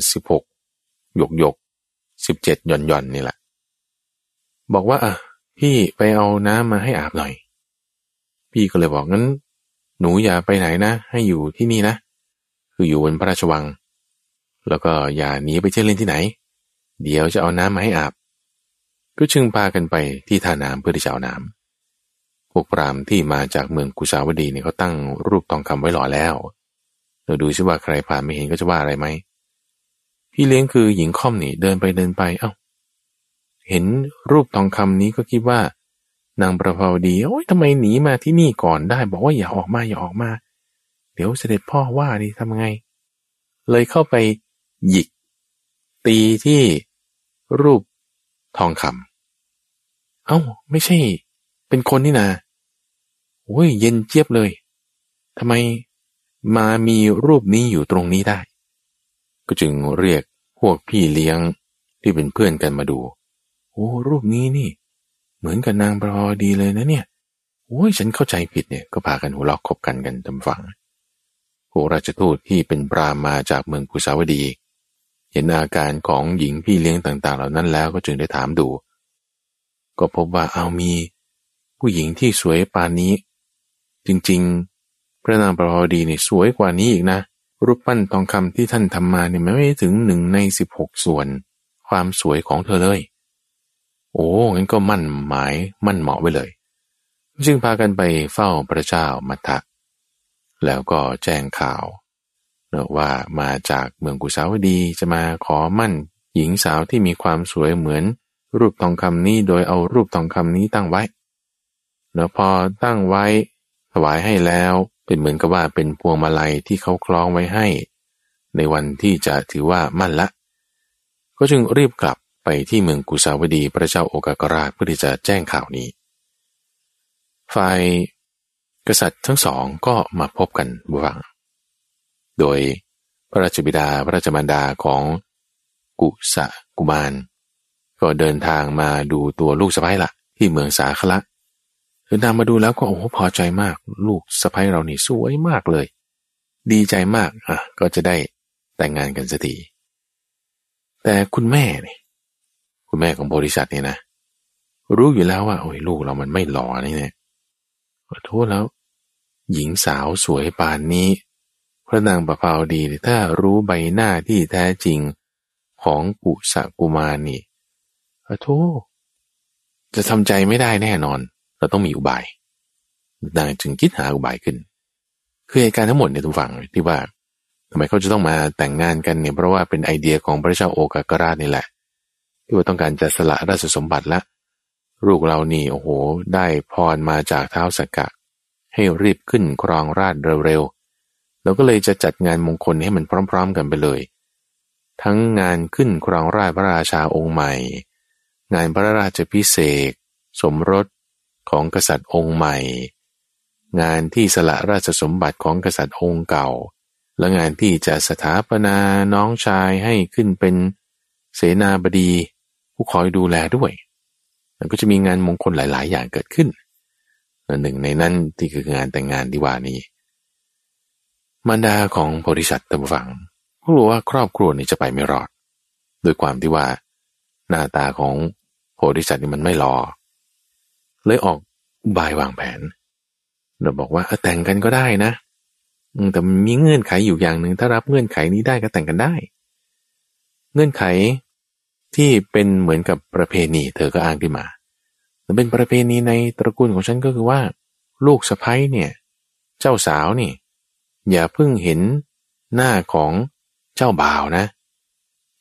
16หยก17หย่อนนี่แหละบอกว่าพี่ไปเอาน้ำมาให้อาบหน่อยพี่ก็เลยบอกงั้นหนูอย่าไปไหนนะให้อยู่ที่นี่นะคืออยู่บนพระราชวังแล้วก็อย่าหนีไปเที่ยวเล่นที่ไหนเดี๋ยวจะเอาน้ำมาให้อาบก็จึงพากันไปที่ท่าน้ำเพื่อที่จะเอาน้ำพวกพราหมณ์ที่มาจากเมืองกุสาวดีเนี่ยเขาตั้งรูปทองคำไว้หล่อแล้วเราดูซิว่าใครผ่านไม่เห็นก็จะว่าอะไรไหมพี่เลี้ยงคือหญิงค่อมนี่เดินไปเห็นรูปทองคำนี้ก็คิดว่านางประภาวดีโอ๊ยทำไมหนีมาที่นี่ก่อนได้บอกว่าอย่าออกมาเดี๋ยวเสด็จพ่อว่าดิทำไงเลยเข้าไปหยิกตีที่รูปทองคำไม่ใช่เป็นคนนี่นะโอ้ยเย็นเจี๊ยบเลยทำไมมามีรูปนี้อยู่ตรงนี้ได้ก็จึงเรียกพวกพี่เลี้ยงที่เป็นเพื่อนกันมาดูโอ้รูปนี้นี่เหมือนกับนางประภาวดีเลยนะเนี่ยโอ้ยฉันเข้าใจผิดเนี่ยก็พากันหัวเราะคบกันทำฟังพวกราชทูตที่เป็นปราหมณ์มาจากเมืองกุสาวดีเห็นอาการของหญิงพี่เลี้ยงต่างๆเหล่านั้นแล้วก็จึงได้ถามดูก็พบว่ามีผู้หญิงที่สวยปานนี้จริงๆพระนางประภาวดีเนี่ยสวยกว่านี้อีกนะรูปปั้นทองคำที่ท่านทำมาเนี่ยไม่ถึง1 ใน 16 ส่วนความสวยของเธอเลยโอ้งั้นก็มั่นหมายมั่นเหมาะไว้เลยจึงพากันไปเฝ้าพระเจ้ามัทธะแล้วก็แจ้งข่าวว่ามาจากเมืองกุสาวดีจะมาขอมั่นหญิงสาวที่มีความสวยเหมือนรูปทองคำนี้โดยเอารูปทองคำนี้ตั้งไว้แล้วพอตั้งไว้ถวายให้แล้วเป็นเหมือนกับว่าเป็นพวงมาลัยที่เขาคล้องไว้ให้ในวันที่จะถือว่ามั่นละก็จึงรีบกลับไปที่เมืองกุสาวดีพระเจ้าโอกากราชเพื่อที่จะแจ้งข่าวนี้ฝ่ายกษัตริย์ทั้งสองก็มาพบกันบ้างโดยพระราชบิดาพระราชมารดาของกุสะกุมารก็เดินทางมาดูตัวลูกสะใภ้ละที่เมืองสาคละเดินทางมาดูแล้วก็พอใจมากลูกสะใภ้เรานี่สวยมากเลยดีใจมากก็จะได้แต่งงานกันสักทีแต่คุณแม่ของโพธิสัตว์เนี่ยนะรู้อยู่แล้วว่าลูกเรามันไม่หล่อนี่เนี่ยขอโทษแล้วหญิงสาวสวยป่านนี้พระนางประภาวดีถ้ารู้ใบหน้าที่แท้จริงของกุสะกุมารนี่ขอโทษจะทำใจไม่ได้แน่นอนเราต้องมีอุบายนางจึงคิดหาอุบายขึ้นคือเหตุการณ์ทั้งหมดเนี่ยทุกฝั่งที่ว่าทำไมเขาจะต้องมาแต่งงานกันเนี่ยเพราะว่าเป็นไอเดียของพระเจ้าโอกากราชนี่แหละที่ว่าต้องการจะสละราชสมบัติละลูกเรานี่ได้พรมาจากท้าวสักกะให้รีบขึ้นครองราชย์เร็วๆแล้วก็เลยจะจัดงานมงคลให้มันพร้อมๆกันไปเลยทั้งงานขึ้นครองราชย์พระราชาองค์ใหม่งานพระราชพิเศษกสมรสของกษัตริย์องค์ใหม่งานที่สละราชสมบัติของกษัตริย์องค์เก่าและงานที่จะสถาปนาน้องชายให้ขึ้นเป็นเสนาบดีผู้คอยดูแลด้วยแล้วก็จะมีงานมงคลหลายๆอย่างเกิดขึ้นหนึ่งในนั้นที่คืองานแต่งงานที่ว่านี้มารดาของโพธิสัตว์ตะฟังก็รู้ว่าครอบครัวนี้จะไปไม่รอดโดยความที่ว่าหน้าตาของโพธิสัตว์นี่มันไม่รอเลยออกอุบายวางแผนเราบอกว่าแต่งกันก็ได้นะแต่มีเงื่อนไขอยู่อย่างหนึ่งถ้ารับเงื่อนไขนี้ได้ก็แต่งกันได้เงื่อนไขที่เป็นเหมือนกับประเพณีเธอก็อ้างขึ้นมาแต่เป็นประเพณีในตระกูลของฉันก็คือว่าลูกสะใภ้เนี่ยเจ้าสาวนี่อย่าเพิ่งเห็นหน้าของเจ้าบ่าวนะ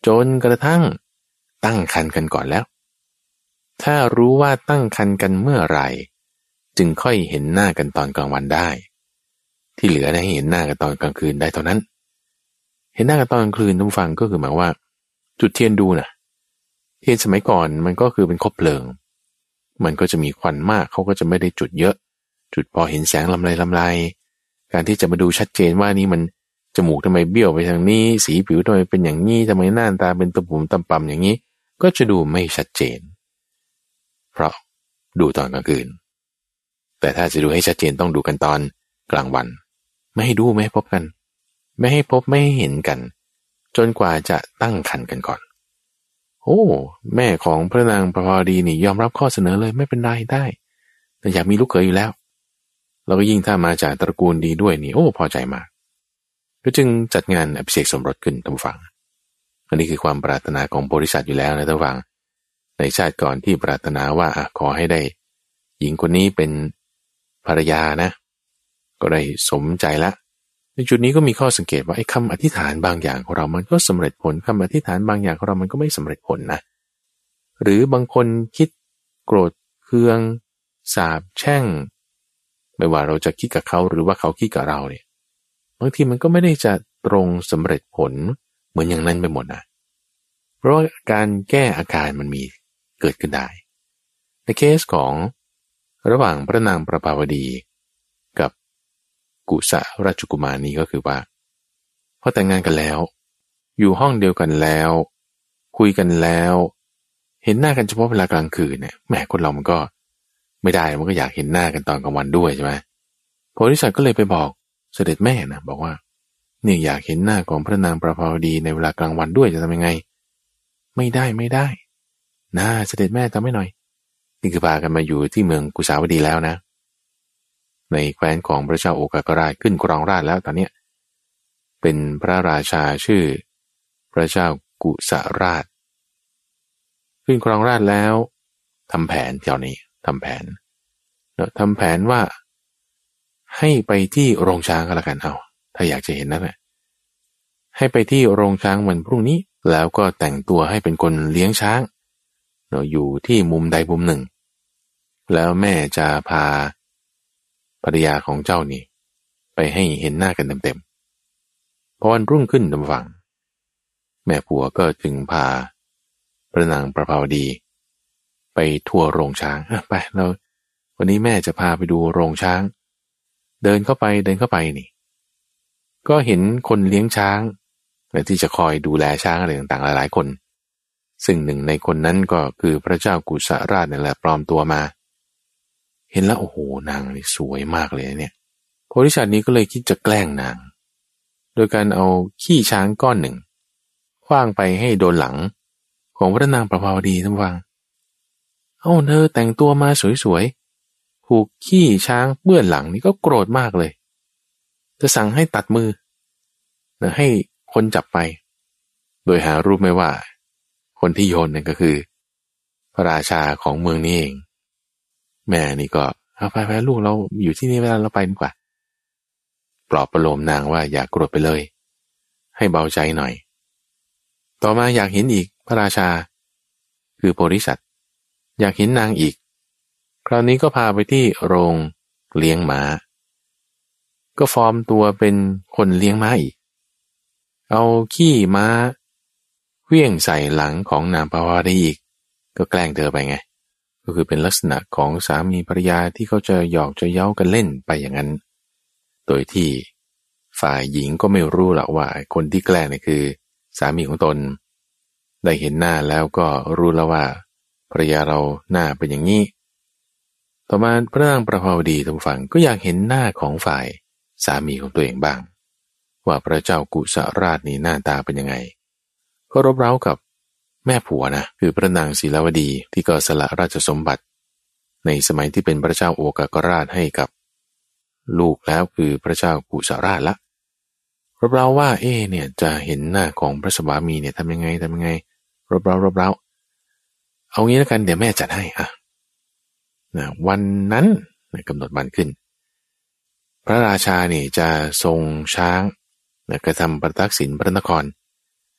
จนกระทั่งตั้งครรภ์กันก่อนแล้วถ้ารู้ว่าตั้งครรภ์กันเมื่อไหร่จึงค่อยเห็นหน้ากันตอนกลางวันได้ที่เหลือให้เห็นหน้ากันตอนกลางคืนได้เท่านั้นเห็นหน้ากันตอนกลางคืนท่านฟังก็คือหมายว่าจุดเทียนดูนะเทียนสมัยก่อนมันก็คือเป็นคบเพลิงมันก็จะมีควันมากเขาก็จะไม่ได้จุดเยอะจุดพอเห็นแสงลำไรการที่จะมาดูชัดเจนว่านี่มันจมูกทำไมเบี้ยวไปทางนี้สีผิวทำไมเป็นอย่างนี้ทำไมหน้าตาเป็นตะปุ่มตะป่ำอย่างนี้ก็จะดูไม่ชัดเจนเพราะดูตอนกลางคืนแต่ถ้าจะดูให้ชัดเจนต้องดูกันตอนกลางวันไม่ให้ดูไม่ให้พบกันไม่ให้พบไม่ให้เห็นกันจนกว่าจะตั้งครรภ์กันก่อนโอ้แม่ของพระนางประภาวดีนี่ยอมรับข้อเสนอเลยไม่เป็นไรได้แต่อยากมีลูกเขยอยู่แล้วแล้วก็ยิ่งถ้ามาจากตระกูลดีด้วยนี่โอ้พอใจมากก็จึงจัดงานอภิเษกสมรสขึ้นท่านผู้ฟังอันนี้คือความปรารถนาของโพธิสัตว์อยู่แล้วนะท่านผู้ฟังในชาติก่อนที่ปรารถนาว่าขอให้ได้หญิงคนนี้เป็นภรรยานะก็ได้สมใจละในจุดนี้ก็มีข้อสังเกตว่าไอ้คำอธิษฐานบางอย่างของเรามันก็สำเร็จผลคำอธิษฐานบางอย่างของเรามันก็ไม่สำเร็จผลนะหรือบางคนคิดโกรธเคืองสาปแช่งไม่ว่าเราจะคิดกับเขาหรือว่าเขาคิดกับเราเนี่ยบางทีมันก็ไม่ได้จะตรงสำเร็จผลเหมือนอย่างนั้นไปหมดนะเพราะว่าการแก้อาการมันมีเกิดขึ้นได้ในเคสของระหว่างพระนางประภาวดีกับกุสะราชกุมารนี้ก็คือว่าพอแต่งงานกันแล้วอยู่ห้องเดียวกันแล้วคุยกันแล้วเห็นหน้ากันเฉพาะเวลากลางคืนเนี่ยแหมคนเรามันก็ไม่ได้มันก็อยากเห็นหน้ากันตอนกลางวันด้วยใช่ไหมโพธิสัตว์ก็เลยไปบอกเสด็จแม่นะบอกว่าเนี่ยอยากเห็นหน้าของพระนางประภาวดีในเวลากลางวันด้วยจะทำยังไงไม่ได้นะเสด็จแม่ทำให้หน่อยนี่คือพากันมาอยู่ที่เมืองกุสาวดีแล้วนะในแคว้นของพระเจ้าโอกากราชขึ้นครองราชย์แล้วตอนนี้เป็นพระราชาชื่อพระเจ้ากุสาราชขึ้นครองราชย์แล้วทำแผนเที่ยวนี้ทำแผนว่าให้ไปที่โรงช้างก็แล้วกันเอาถ้าอยากจะเห็นนั่นแหละให้ไปที่โรงช้างวันพรุ่งนี้แล้วก็แต่งตัวให้เป็นคนเลี้ยงช้างอยู่ที่มุมใดมุมหนึ่งแล้วแม่จะพาภรรยาของเจ้านี่ไปให้เห็นหน้ากันเต็มๆพอวันรุ่งขึ้นตามฝั่งแม่ผัวก็จึงพาพระนางประภาวดีไปทัวร์โรงช้างไปเราวันนี้แม่จะพาไปดูโรงช้างเดินเข้าไปนี่ก็เห็นคนเลี้ยงช้างที่จะคอยดูแลช้างอะไรต่างๆหลายๆคนซึ่งหนึ่งในคนนั้นก็คือพระเจ้ากุสราชนั่นแหละปลอมตัวมาเห็นแล้วโอ้โหนางนี่สวยมากเลยเนี่ยโพธิสัตว์นี้ก็เลยคิดจะแกล้งนางโดยการเอาขี้ช้างก้อนหนึ่งขว้างไปให้โดนหลังของพระนางประภาวดีทั้งวังเธอแต่งตัวมาสวยๆผูกขี้ช้างเปื้อนหลังนี่ก็โกรธมากเลยจะสั่งให้ตัดมือให้คนจับไปโดยหารู้ไหมว่าคนที่โยนนั่นก็คือพระราชาของเมืองนี้เองแม่นี่ก็เอาไปลูกเราอยู่ที่นี่เวลาเราไปดีกว่าปลอบประโลมนางว่าอย่าโกรธไปเลยให้เบาใจหน่อยต่อมาอยากเห็นอีกพระราชาคือโพธิสัตว์อยากเห็นนางอีกคราวนี้ก็พาไปที่โรงเลี้ยงม้าก็ฟอร์มตัวเป็นคนเลี้ยงม้าอีกเอาขี้ม้าเคลื่องใส่หลังของนางประภาวดีอีกก็แกล้งเธอไปไงก็คือเป็นลักษณะของสามีภรรยาที่เขาจะหยอกจะเย้ากันเล่นไปอย่างนั้นโดยที่ฝ่ายหญิงก็ไม่รู้หรอกว่าคนที่แกล้งนี่คือสามีของตนได้เห็นหน้าแล้วก็รู้แล้วว่าภรรยาเราหน้าเป็นอย่างนี้ต่อมาพระนางประภาวดีทางฝั่งก็อยากเห็นหน้าของฝ่ายสามีของตัวเองบ้างว่าพระเจ้ากุสราชนี่หน้าตาเป็นยังไงก็รบเร้ากับแม่ผัวนะคือพระนางศีลาวดีที่ก็สละราชสมบัติในสมัยที่เป็นพระเจ้าโอกากราชให้กับลูกแล้วคือพระเจ้ากุสราชละรบเร้าว่าเนี่ยจะเห็นหน้าของพระสวามีเนี่ยทำยังไงรบเร้าเอางี้แล้วกันเดี๋ยวแม่จัดให้วันนั้นกำหนดวันขึ้นพระราชาเนี่ยจะทรงช้างกระทำประทักษิณพระนคร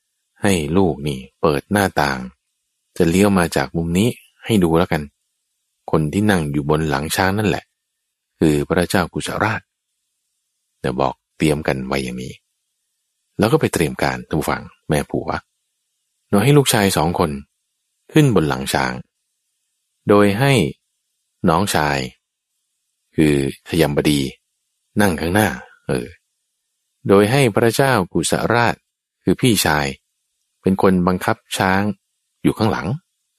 ให้ลูกนี่เปิดหน้าต่างจะเลี้ยวมาจากมุมนี้ให้ดูแล้วกันคนที่นั่งอยู่บนหลังช้างนั่นแหละคือพระเจ้ากุชราชเดี๋ยวบอกเตรียมกันไว้อย่างนี้แล้วก็ไปเตรียมการทุกฝั่งแม่ผัวโดยให้ลูกชาย2 คนขึ้นบนหลังช้างโดยให้น้องชายคือทยมบดีนั่งข้างหน้าโดยให้พระเจ้ากุสราชคือพี่ชายเป็นคนบังคับช้างอยู่ข้างหลัง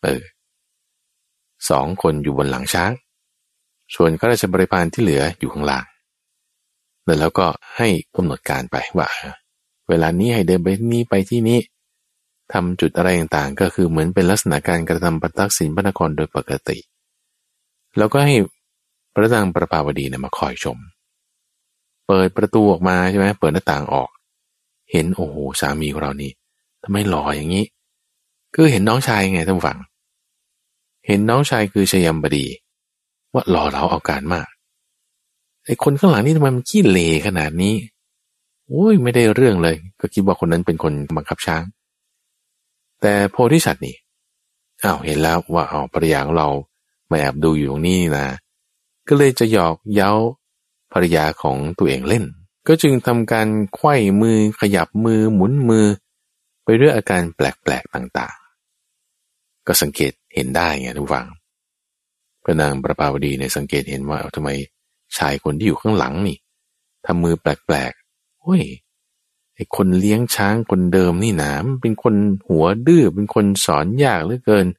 2 คนอยู่บนหลังช้างส่วนข้าราชบริพารที่เหลืออยู่ข้างล่างแล้วก็ให้กำหนดการไปว่าเวลานี้ให้เดินไปที่นี้ไปที่นี้ทำจุดอะไรต่างๆก็คือเหมือนเป็นลักษณะการกระทำปทักษิณพระนครโดยปกติแล้วก็ให้พระนางประภาวดีเนี่ยมาคอยชมเปิดประตูออกมาใช่ไหมเปิดหน้าต่างออกเห็นโอ้โหสามีของเรานี่ทำไมหล่ออย่างนี้คือเห็นน้องชายไงท่านฟังเห็นน้องชายคือชยมบดีว่าหล่อเหลาเอาการมากไอ้คนข้างหลังนี่ทำไมมันขี้เหร่ขนาดนี้โอ้ยไม่ได้เรื่องเลยก็คิดว่าคนนั้นเป็นคนบังคับช้างแต่โพธิสัตว์นี่เห็นแล้วว่าภรรยาของเรามาแอบดูอยู่ตรงนี้นะก็เลยจะหยอกเย้าภรรยาของตัวเองเล่นก็จึงทำการไขว้มือขยับมือหมุนมือไปด้วยอาการแปลกๆต่างๆก็สังเกตเห็นได้ไงทุกฝั่งพระนางประภาวดีเนี่ยสังเกตเห็นว่าทำไมชายคนที่อยู่ข้างหลังนี่ทำมือแปลกๆเฮ้ยไอ้คนเลี้ยงช้างคนเดิมนี่นะมันเป็นคนหัวดื้อเป็นคนสอนยากเหลือเกิน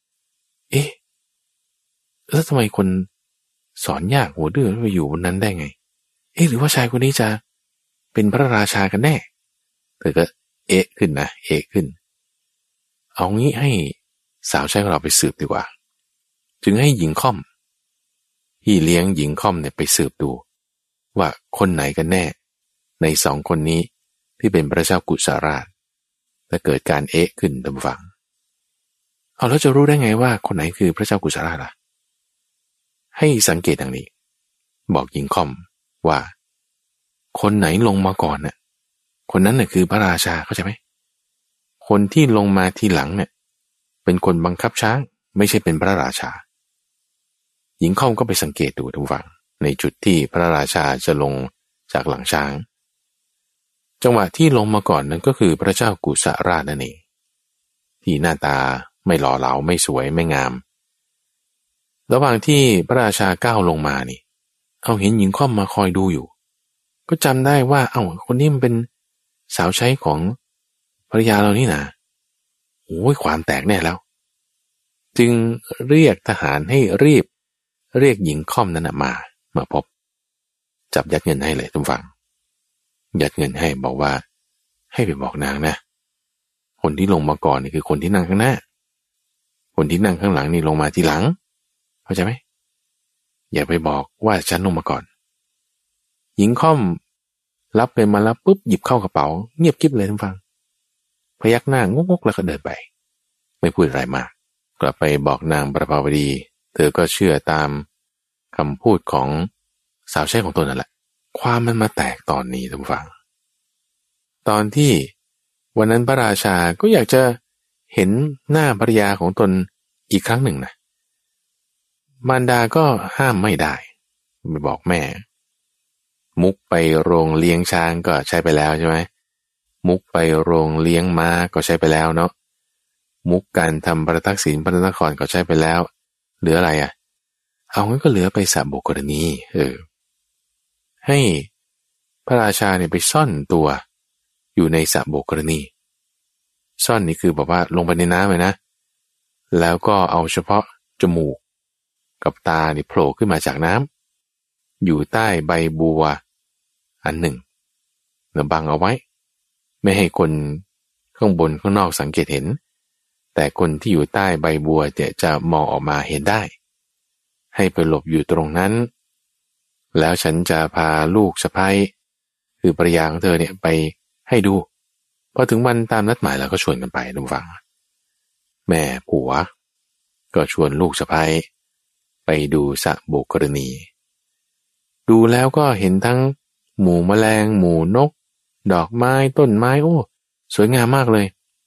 แล้วทำไมคนสอนยากหัวดื้อไปอยู่บนนั้นได้ไงหรือว่าชายคนนี้จะเป็นพระราชากันแน่เธอก็ขึ้นนะขึ้นเอางี้ให้สาวใช้ของเราไปสืบดีกว่าจึงให้หญิงค่อมพี่เลี้ยงหญิงค่อมเนี่ยไปสืบดูว่าคนไหนกันแน่ใน2 คนนี้ที่เป็นพระเจ้ากุสราชและเกิดการขึ้นตามฝังแล้วจะรู้ได้ไงว่าคนไหนคือพระเจ้ากุสราชล่ะให้สังเกตดังนี้บอกหญิงค่อมว่าคนไหนลงมาก่อนน่ะคนนั้นน่ะคือพระราชาเข้าใจไหมคนที่ลงมาทีหลังเนี่ยเป็นคนบังคับช้างไม่ใช่เป็นพระราชาหญิงค่อมก็ไปสังเกตดูทุกฝั่งในจุดที่พระราชาจะลงจากหลังช้างจังหวะที่ลงมาก่อนนั้นก็คือพระเจ้ากุสราชนั่นเองที่หน้าตาไม่หล่อเหลาไม่สวยไม่งามระหว่างที่พระราชาก้าวลงมานี่เห็นหญิงค่อมมาคอยดูอยู่ก็จำได้ว่าคนนี้มันเป็นสาวใช้ของภรรยาเรานี่นะโอ้ยความแตกแน่แล้วจึงเรียกทหารให้เรียกหญิงค่อมนั้นมาพบจับยัดเงินให้เลยทุกฝั่งยัดเงินให้บอกว่าให้ไปบอกนางนะคนที่ลงมาก่อนนี่คือคนที่นั่งข้างหน้าคนที่นั่งข้างหลังนี่ลงมาทีหลังเข้าใจไหมอย่าไปบอกว่าฉันลงมาก่อนหญิงค่อมรับเงินมาแล้วปุ๊บหยิบเข้ากระเป๋าเงียบกิ๊บเลยทุกฝั่งพยักหน้างกๆแล้วก็เดินไปไม่พูดอะไรมากกลับไปบอกนางประภาวดีเธอก็เชื่อตามคำพูดของสาวใช้ของตนนั่นแหละความมันมาแตกตอนนี้ทุกฝั่งตอนที่วันนั้นพระราชาก็อยากจะเห็นหน้าภรรยาของตนอีกครั้งหนึ่งนะมารดาก็ห้ามไม่ได้ไปบอกแม่มุกไปโรงเลี้ยงช้างก็ใช้ไปแล้วใช่ไหมมุกไปโรงเลี้ยงม้าก็ใช้ไปแล้วเนาะมุกการทำประทักษิณพระนครก็ใช้ไปแล้วเหลืออะไรเอางั้นก็เหลือไปสระโบกรณีให้พระราชาเนี่ยไปซ่อนตัวอยู่ในสระโบกรณีซ่อนนี่คือบอกว่าลงไปในน้ำเลยนะแล้วก็เอาเฉพาะจมูกกับตาเนี่ยโผล่ขึ้นมาจากน้ำอยู่ใต้ใบบัวอันหนึ่งแล้วบังเอาไว้ไม่ให้คนข้างบนข้างนอกสังเกตเห็นแต่คนที่อยู่ใต้ใบบัวจะมองออกมาเห็นได้ให้ไปหลบอยู่ตรงนั้นแล้วฉันจะพาลูกสะใภ้คือภรรยาของเธอเนี่ยไปให้ดูพอถึงวันตามนัดหมายแล้วก็ชวนกันไปทุกฝั่งแม่ผัวก็ชวนลูกสะใภ้ไปดูสระโบกรณีดูแล้วก็เห็นทั้งหมู่แมลงหมู่นกดอกไม้ต้นไม้โอ้สวยงามมากเลย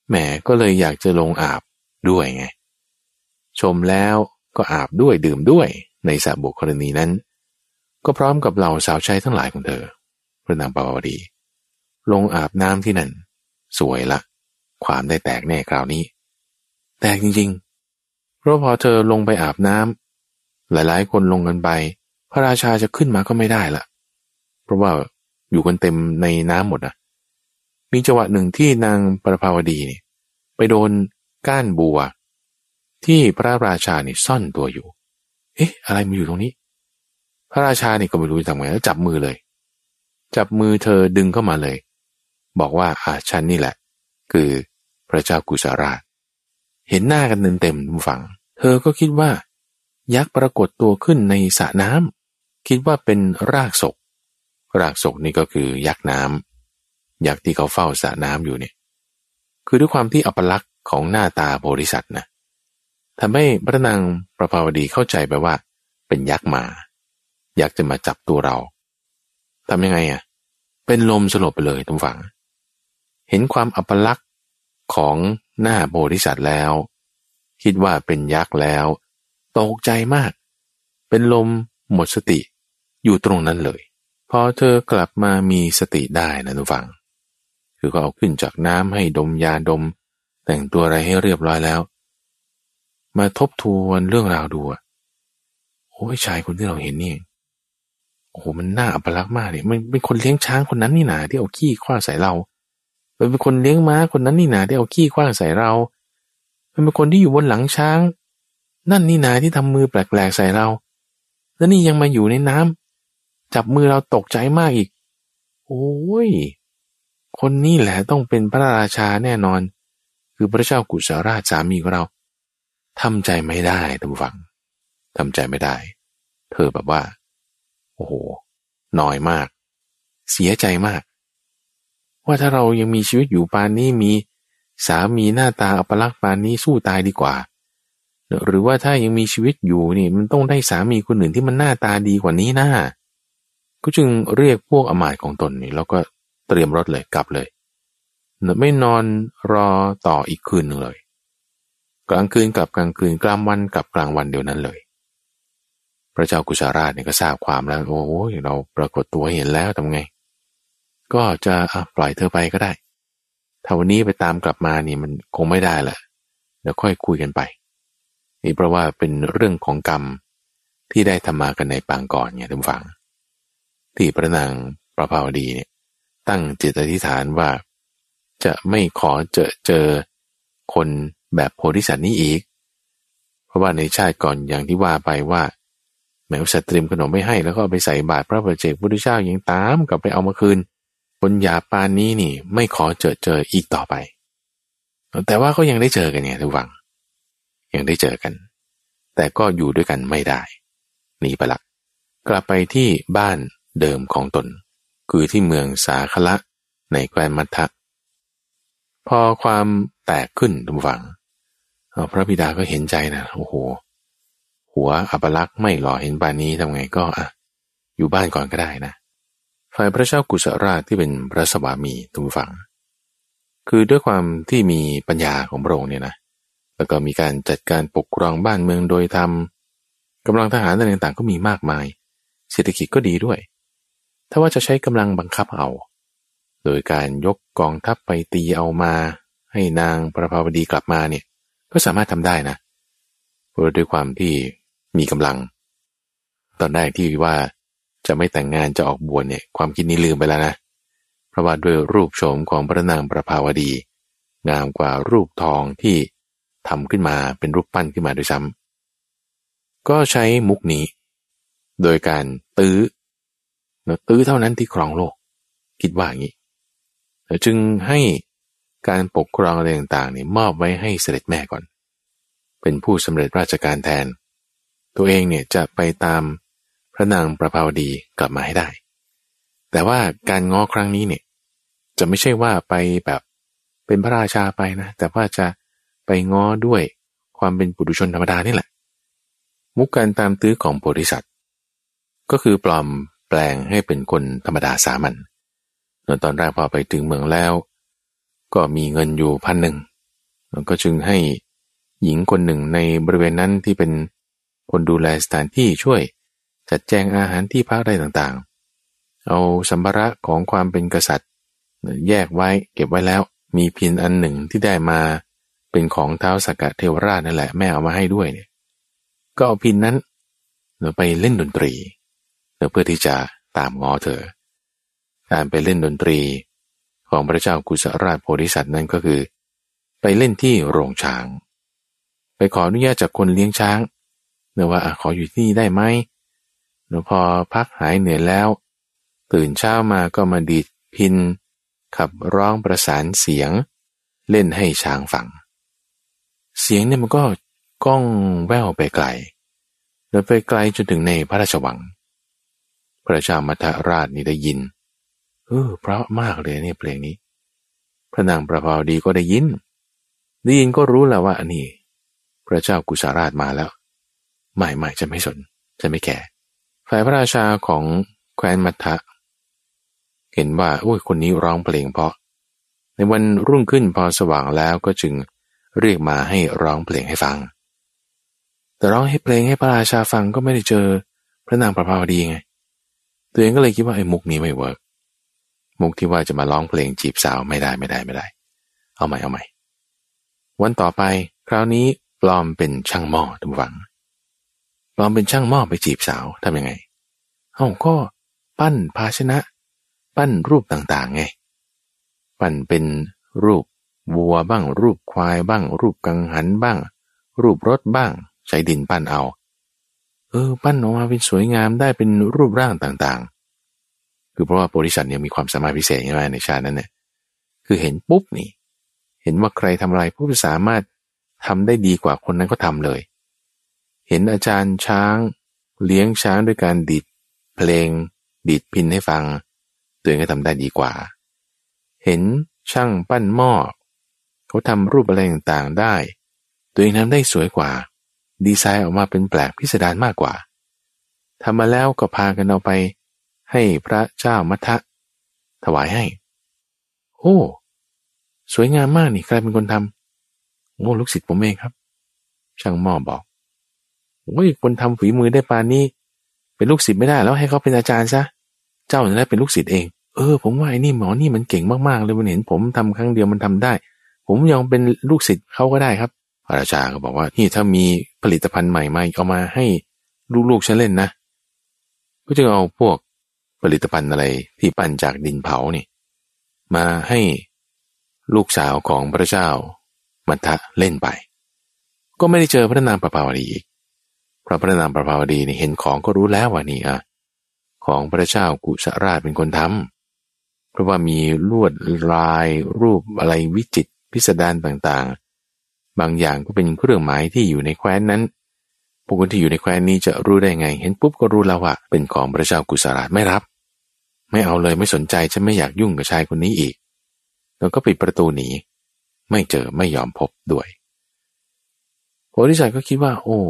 แหมก็เลยอยากจะลงอาบด้วยไงชมแล้วก็อาบด้วยดื่มด้วยในสระบุกรณีนั้นก็พร้อมกับเหล่าสาวใช้ทั้งหลายของเธอพระนางปาวดี ลงอาบน้ำที่นั่นสวยละความได้แตกแน่คราวนี้แตกจริงๆเพราะพอเธอลงไปอาบน้ำหลายๆคนลงกันไปพระราชาจะขึ้นมาก็ไม่ได้ละเพราะว่าอยู่กันเต็มในน้ำหมดนะมีจังหวะหนึ่งที่นางประภาวดีนี่ไปโดนก้านบัวที่พระราชานี่ซ่อนตัวอยู่เอ๊ะอะไรมาอยู่ตรงนี้พระราชานี่ก็ไม่รู้จะทำไงแล้วจับมือเลยจับมือเธอดึงเข้ามาเลยบอกว่าฉันนี่แหละคือพระเจ้ากุสาราชเห็นหน้ากันเต็มๆฝั่งเธอก็คิดว่ายักษ์ปรากฏตัวขึ้นในสระน้ำคิดว่าเป็นรากศกนี่ก็คือยักษ์น้ำยักษ์ที่เขาเฝ้าสระน้ำอยู่เนี่ยคือด้วยความที่อัปลักษณ์ของหน้าตาโพธิสัตว์นะทำให้พระนางประภาวดีเข้าใจไปว่าเป็นยักษ์มายักษ์จะมาจับตัวเราทำยังไงเป็นลมสลบไปเลยทุกฝั่งเห็นความอัปลักษณ์ของหน้าโพธิสัตว์แล้วคิดว่าเป็นยักษ์แล้วตกใจมากเป็นลมหมดสติอยู่ตรงนั้นเลยพอเธอกลับมามีสติได้นะทุกฝั่งคือก็เอาขึ้นจากน้ำให้ดมยาดมแต่งตัวอะไรให้เรียบร้อยแล้วมาทบทวนเรื่องราวดูโอ้ยชายคนที่เราเห็นนี่โอ้โหมันน่าอัปลักษณ์มากเนี่ยมันเป็นคนเลี้ยงช้างคนนั้นนี่นาที่เอาขี้ขว้างใส่เรามันเป็นคนเลี้ยงม้าคนนั้นนี่นาที่เอาขี้ขว้างใส่เรามันเป็นคนที่อยู่บนหลังช้างนั่นนี่นาที่ทำมือแปลกๆใส่เราแล้วนี่ยังมาอยู่ในน้ำจับมือเราตกใจมากอีกโอ้ยคนนี้แหละต้องเป็นพระราชาแน่นอนคือพระเจ้ากุสาราชสามีของเราทำใจไม่ได้ท่านผู้ฟังทำใจไม่ได้เธอแบบว่าโอ้โหน้อยมากเสียใจมากว่าถ้าเรายังมีชีวิตอยู่ปานนี้มีสามีหน้าตาอัปลักษณ์ปานนี้สู้ตายดีกว่าหรือว่าถ้ายังมีชีวิตอยู่นี่มันต้องได้สามีคนอื่นที่มันหน้าตาดีกว่านี้นะก็จึงเรียกพวกอมาตย์ของตนนี่แล้วก็เตรียมรถเลยกลับเลยไม่นอนรอต่ออีกคืนหนึ่งเลยกลางคืนกลับกลางคืนกลางวันกลับกลางวันเดียวนั้นเลยพระเจ้ากุสาราชเนี่ยก็ทราบความแล้วโอ้ยเราปรากฏตัวเห็นแล้วทำไงก็จะปล่อยเธอไปก็ได้ถ้าวันนี้ไปตามกลับมานี่มันคงไม่ได้ละเดี๋ยวค่อยคุยกันไปนี่เพราะว่าเป็นเรื่องของกรรมที่ได้ทำมากันในปางก่อนเนี่ยท่านฟังที่พระนางประภาวดีเนี่ยตั้งจิตอธิษฐานว่าจะไม่ขอเจอคนแบบโพธิสัตว์นี้อีกเพราะว่าในชาติก่อนอย่างที่ว่าไปว่าแม้สัตว์เตรียมขนมไม่ให้แล้วก็เอาไปใส่บาตรพระปัจเจกพุทธเจ้ายังตามกลับไปเอามาคืนคนหยาบปานนี้นี่ไม่ขอเจออีกต่อไปแต่ว่าก็ยังได้เจอกันไงทุกฝังยังได้เจอกันแต่ก็อยู่ด้วยกันไม่ได้หนีไปละกลับไปที่บ้านเดิมของตนคือที่เมืองสาคละในแคว้นมัทธะพอความแตกขึ้นทุกฝังพระบิดาก็เห็นใจนะโอ้โหหัวอัปลักษณ์ไม่หล่อเห็นปานนี้ทำไงก็อยู่บ้านก่อนก็ได้นะฝ่ายพระเจ้ากุสาราชที่เป็นพระสวามีทุกฝังคือด้วยความที่มีปัญญาของพระองค์เนี่ยนะแล้วก็มีการจัดการปกครองบ้านเมืองโดยธรรมกำลังทหารต่างๆก็มีมากมายเศรษฐกิจก็ดีด้วยถ้าว่าจะใช้กำลังบังคับเอาโดยการยกกองทัพไปตีเอามาให้นางประภาวดีกลับมาเนี่ยก็สามารถทำได้นะเพราะด้วยความที่มีกำลังตอนแรกที่ว่าจะไม่แต่งงานจะออกบวชเนี่ยความคิดนี้ลืมไปแล้วนะเพราะว่าด้วยรูปโฉมของพระนางประภาวดีงามกว่ารูปทองที่ทำขึ้นมาเป็นรูปปั้นขึ้นมาด้วยซ้ำก็ใช้มุกนี้โดยการตื้อเท่านั้นที่ครองโลกคิดว่าอย่างนี้จึงให้การปกครองอะไรต่างๆนี่มอบไว้ให้เสด็จแม่ก่อนเป็นผู้สำเร็จราชการแทนตัวเองเนี่ยจะไปตามพระนางประภาวดีกลับมาให้ได้แต่ว่าการง้อครั้งนี้เนี่ยจะไม่ใช่ว่าไปแบบเป็นพระราชาไปนะแต่ว่าจะไปง้อด้วยความเป็นปุถุชนธรรมดานี่แหละมุกการตามตื้อของโพธิสัตว์ก็คือปลอมแปลงให้เป็นคนธรรมดาสามัญตอนแรกพอไปถึงเมืองแล้วก็มีเงินอยู่1,000 ก็จึงให้หญิงคนหนึ่งในบริเวณนั้นที่เป็นคนดูแลสถานที่ช่วยจัดแจงอาหารที่พักอะไรต่างๆเอาสัมภาระของความเป็นกษัตริย์แยกไว้เก็บไว้แล้วมีพินอันหนึ่งที่ได้มาเป็นของท้าวสักกะเทวราชนั่นแหละแม่เอามาให้ด้วยเนี่ยก็เอาพินนั้นไปเล่นดนตรีเพื่อที่จะตามง้อเธอการไปเล่นดนตรีของพระเจ้ากุสราชโพธิสัตว์นั้นก็คือไปเล่นที่โรงช้างไปขออนุญาตจากคนเลี้ยงช้างว่าขออยู่ที่นี่ได้ไหมพอพักหายเหนื่อยแล้วตื่นเช้ามาก็มาดีดพิณขับร้องประสานเสียงเล่นให้ช้างฟังเสียงเนี่ยมันก็ก้องแว่วไปไกลโดยไปไกลจนถึงในพระราชวังพระเจ้ามัทราชนี่ได้ยินเพราะมากเลยเนี่ยเพลงนี้พระนางประภาวดีก็ได้ยินก็รู้แล้วว่าอันนี้พระเจ้ากุสราชมาแล้วไม่จะไม่สนจะไม่แคร์ฝ่ายพระราชาของแคว้นมัทธะเห็นว่าคนนี้ร้องเพลงเพราะในวันรุ่งขึ้นพอสว่างแล้วก็จึงเรียกมาให้ร้องเพลงให้ฟังแต่ร้องให้เพลงให้พระราชาฟังก็ไม่ได้เจอพระนางประภาวดีไงตัวเองก็เลยคิดว่าไอ้มุกนี้ไม่เวิร์กมุกที่ว่าจะมาร้องเพลงจีบสาวไม่ได้เอาใหม่วันต่อไปคราวนี้ปลอมเป็นช่างหม้อทุกฝังปลอมเป็นช่างหม้อไปจีบสาวทำยังไงก็ปั้นภาชนะปั้นรูปต่างๆไงปั้นเป็นรูปวัวบ้างรูปควายบ้างรูปกังหันบ้างรูปรถบ้างใช้ดินปั้นเอาปั้นออกมาเป็นสวยงามได้เป็นรูปร่างต่างๆคือเพราะว่าโพธิสัตว์เนี่ยมีความสามารถพิเศษใช่ไหมในชาตินั้นเนี่ยคือเห็นปุ๊บนี่เห็นว่าใครทำอะไรผู้สามารถทำได้ดีกว่าคนนั้นก็ทำเลยเห็นอาจารย์ช้างเลี้ยงช้างด้วยการดีดเพลงดีดพิณให้ฟังตัวเองก็ทำได้ดีกว่าเห็นช่างปั้นหม้อเขาทำรูปอะไรต่างๆได้ตัวเองทำได้สวยกว่าดีไซน์ออกมาเป็นแปลกพิสดารมากกว่าทำมาแล้วก็พากันเอาไปให้พระเจ้ามัทธะถวายให้สวยงามมากนี่ใครเป็นคนทำลูกศิษย์ผมเองครับช่างหม้อบอกคนทำฝีมือได้ปานนี้เป็นลูกศิษย์ไม่ได้แล้วให้เขาเป็นอาจารย์ซะเจ้าเนี่ยเป็นลูกศิษย์เองผมว่าไอ้นี่หมอนี่มันเก่งมากๆเลยมันเห็นผมทำครั้งเดียวมันทำได้ผมยอมเป็นลูกศิษย์เขาก็ได้ครับพระราชาก็บอกว่านี่ถ้ามีผลิตภัณฑ์ใหม่มาเอามาให้ลูกๆฉันเล่นนะก็จะเอาพวกผลิตภัณฑ์อะไรที่ปั้นจากดินเผานี่มาให้ลูกสาวของพระเจ้ามัทธะเล่นไปก็ไม่ได้เจอพระนางประภาวดีอีกเพราะพระนางประภาวดีนี่เห็นของก็รู้แล้วว่านี่ของพระเจ้ากุสราชเป็นคนทำเพราะว่ามีลวดลายรูปอะไรวิจิตรพิสดารต่างๆบางอย่างก็เป็นเครื่องหมายที่อยู่ในแคว้นนั้นพวกคนที่อยู่ในแคว้นนี้จะรู้ได้ไงเห็นปุ๊บก็รู้แล้วว่าเป็นของพระเจ้ากุสราชไม่รับไม่เอาเลยไม่สนใจฉันไม่อยากยุ่งกับชายคนนี้อีกแล้วก็ปิดประตูหนีไม่เจอไม่ยอมพบด้วยโพธิสัตว์ก็คิดว่า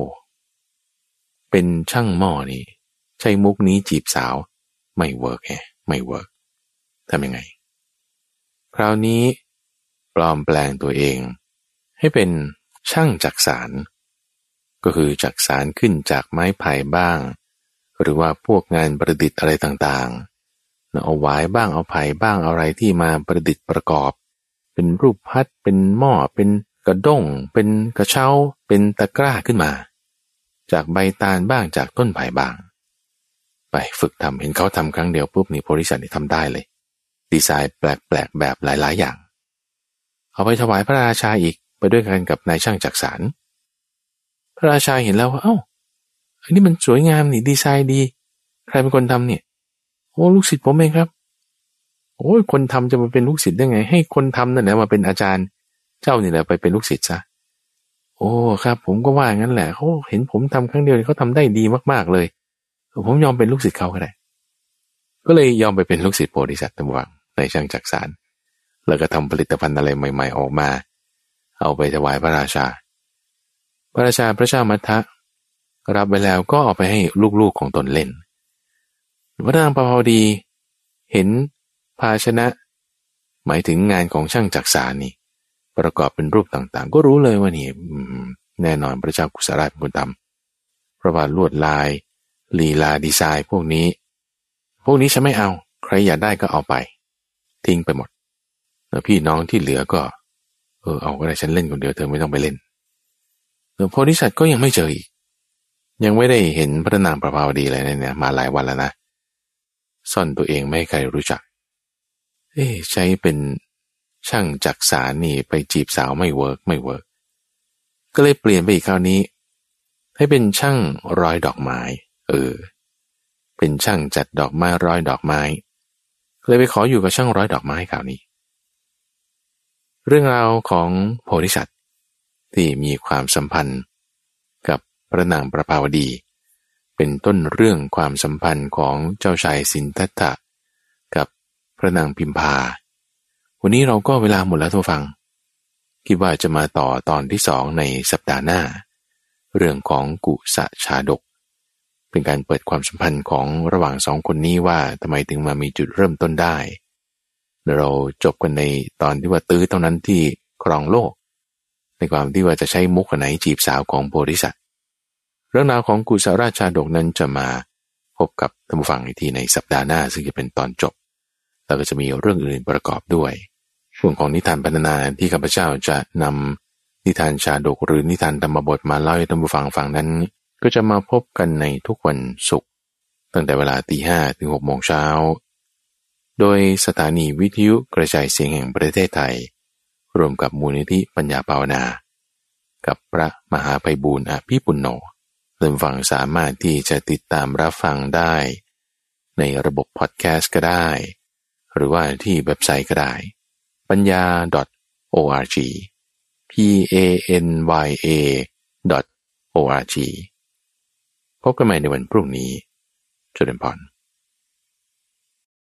เป็นช่างหม้อนี่ใช้มุกนี้จีบสาวไม่เวิร์กไม่เวิร์กทำยังไงคราวนี้ปลอมแปลงตัวเองให้เป็นช่างจักสานก็คือจักสานขึ้นจากไม้ไผ่บ้างหรือว่าพวกงานประดิษฐ์อะไรต่างๆเอาหวายบ้างเอาไผ่บ้างอะไรที่มาประดิษฐ์ประกอบเป็นรูปพัดเป็นหม้อเป็นกระด้งเป็นกระเช้าเป็นตะกร้าขึ้นมาจากใบตาลบ้างจากต้นไผ่บ้างไปฝึกทำเห็นเขาทำครั้งเดียวปุ๊บนี่โพธิสัตว์นี่ทำได้เลยดีไซน์แปลกๆแบบหลายๆอย่างเอาไปถวายพระราชาอีกไปด้วยกันกับนายช่างจักสานพระราชาเห็นแล้วว่าอันนี้มันสวยงามนี่ดีไซน์ดีใครเป็นคนทำเนี่ยลูกศิษย์ผมเองครับคนทำจะมาเป็นลูกศิษย์ได้ไงให้คนทำนั่นแหละมาเป็นอาจารย์เจ้านี่แหละไปเป็นลูกศิษย์ซะครับผมก็ว่างั้นแหละเขาเห็นผมทำครั้งเดียวเขาทำได้ดีมากๆเลยผมยอมเป็นลูกศิษย์เขาก็ได้ก็เลยยอมไปเป็นลูกศิษย์โพธิสัตว์ตวังในช่างจักสานแล้วก็ทำผลิตภัณฑ์อะไรใหม่ๆออกมาเอาไปถวายพระราชาพระเจ้ามัทธะรับไปแล้วก็เอาไปให้ลูกๆของตนเล่นพระนางประภาวดีเห็นภาชนะหมายถึงงานของช่างจักสานนี่ประกอบเป็นรูปต่างๆก็รู้เลยว่านี่แน่นอนพระเจ้ากุศลาเป็นคนทำเพราะว่าลวดลายลีลาดีไซน์พวกนี้ฉันไม่เอาใครอยากได้ก็เอาไปทิ้งไปหมดแล้วพี่น้องที่เหลือก็เอาก็ได้ฉันเล่นคนเดียวเธอไม่ต้องไปเล่นโพธิสัตว์ก็ยังไม่เจออีกยังไม่ได้เห็นพระนางประภาวดีอะไรเนี่ยมาหลายวันแล้วนะซ่อนตัวเองไม่ให้ใครรู้จักใช้เป็นช่างจักสารนี่ไปจีบสาวไม่เวิร์กก็เลยเปลี่ยนไปอีกคราวนี้ให้เป็นช่างร้อยดอกไม้เป็นช่างจัดดอกไม้ร้อยดอกไม้เลยไปขออยู่กับช่างร้อยดอกไม้คราวนี้เรื่องราวของโพธิสัตว์ที่มีความสัมพันธ์กับพระนางประภาวดีเป็นต้นเรื่องความสัมพันธ์ของเจ้าชายสินธัตถะกับพระนางพิมพาวันนี้เราก็เวลาหมดแล้วทุกฟังคิดว่าจะมาต่อตอนที่2ในสัปดาห์หน้าเรื่องของกุสชาดกเป็นการเปิดความสัมพันธ์ของระหว่าง2คนนี้ว่าทำไมถึงมามีจุดเริ่มต้นได้เราจบกันในตอนที่ว่าตื้อเท่านั้นที่ครองโลกในความที่ว่าจะใช้มุกไหนจีบสาวของโพธิสัตว์เรื่องราวของกุสราชาดกนั้นจะมาพบกับท่านผู้ฟังอีกทีในสัปดาห์หน้าซึ่งจะเป็นตอนจบแล้วก็จะมีเรื่องอื่นประกอบด้วยช่วงของนิทานพรรณนาที่ข้าพเจ้าจะนำนิทานชาดกหรือนิทานธรรมบทมาเล่าให้ท่านผู้ฟังฟังนั้นก็จะมาพบกันในทุกวันศุกร์ตั้งแต่เวลา 5:00 ถึง 6:00 น.โดยสถานีวิทยุกระจายเสียงแห่งประเทศไทยรวมกับมูลนิธิปัญญาภาวนากับพระมหาไพบูลย์อภิปุณโญท่านผู้ฟังสามารถที่จะติดตามรับฟังได้ในระบบพอดแคสต์ก็ได้หรือว่าที่เว็บไซต์ก็ได้ปัญญา .org panya.org พบกันใหม่ในวันพรุ่งนี้เจริญพร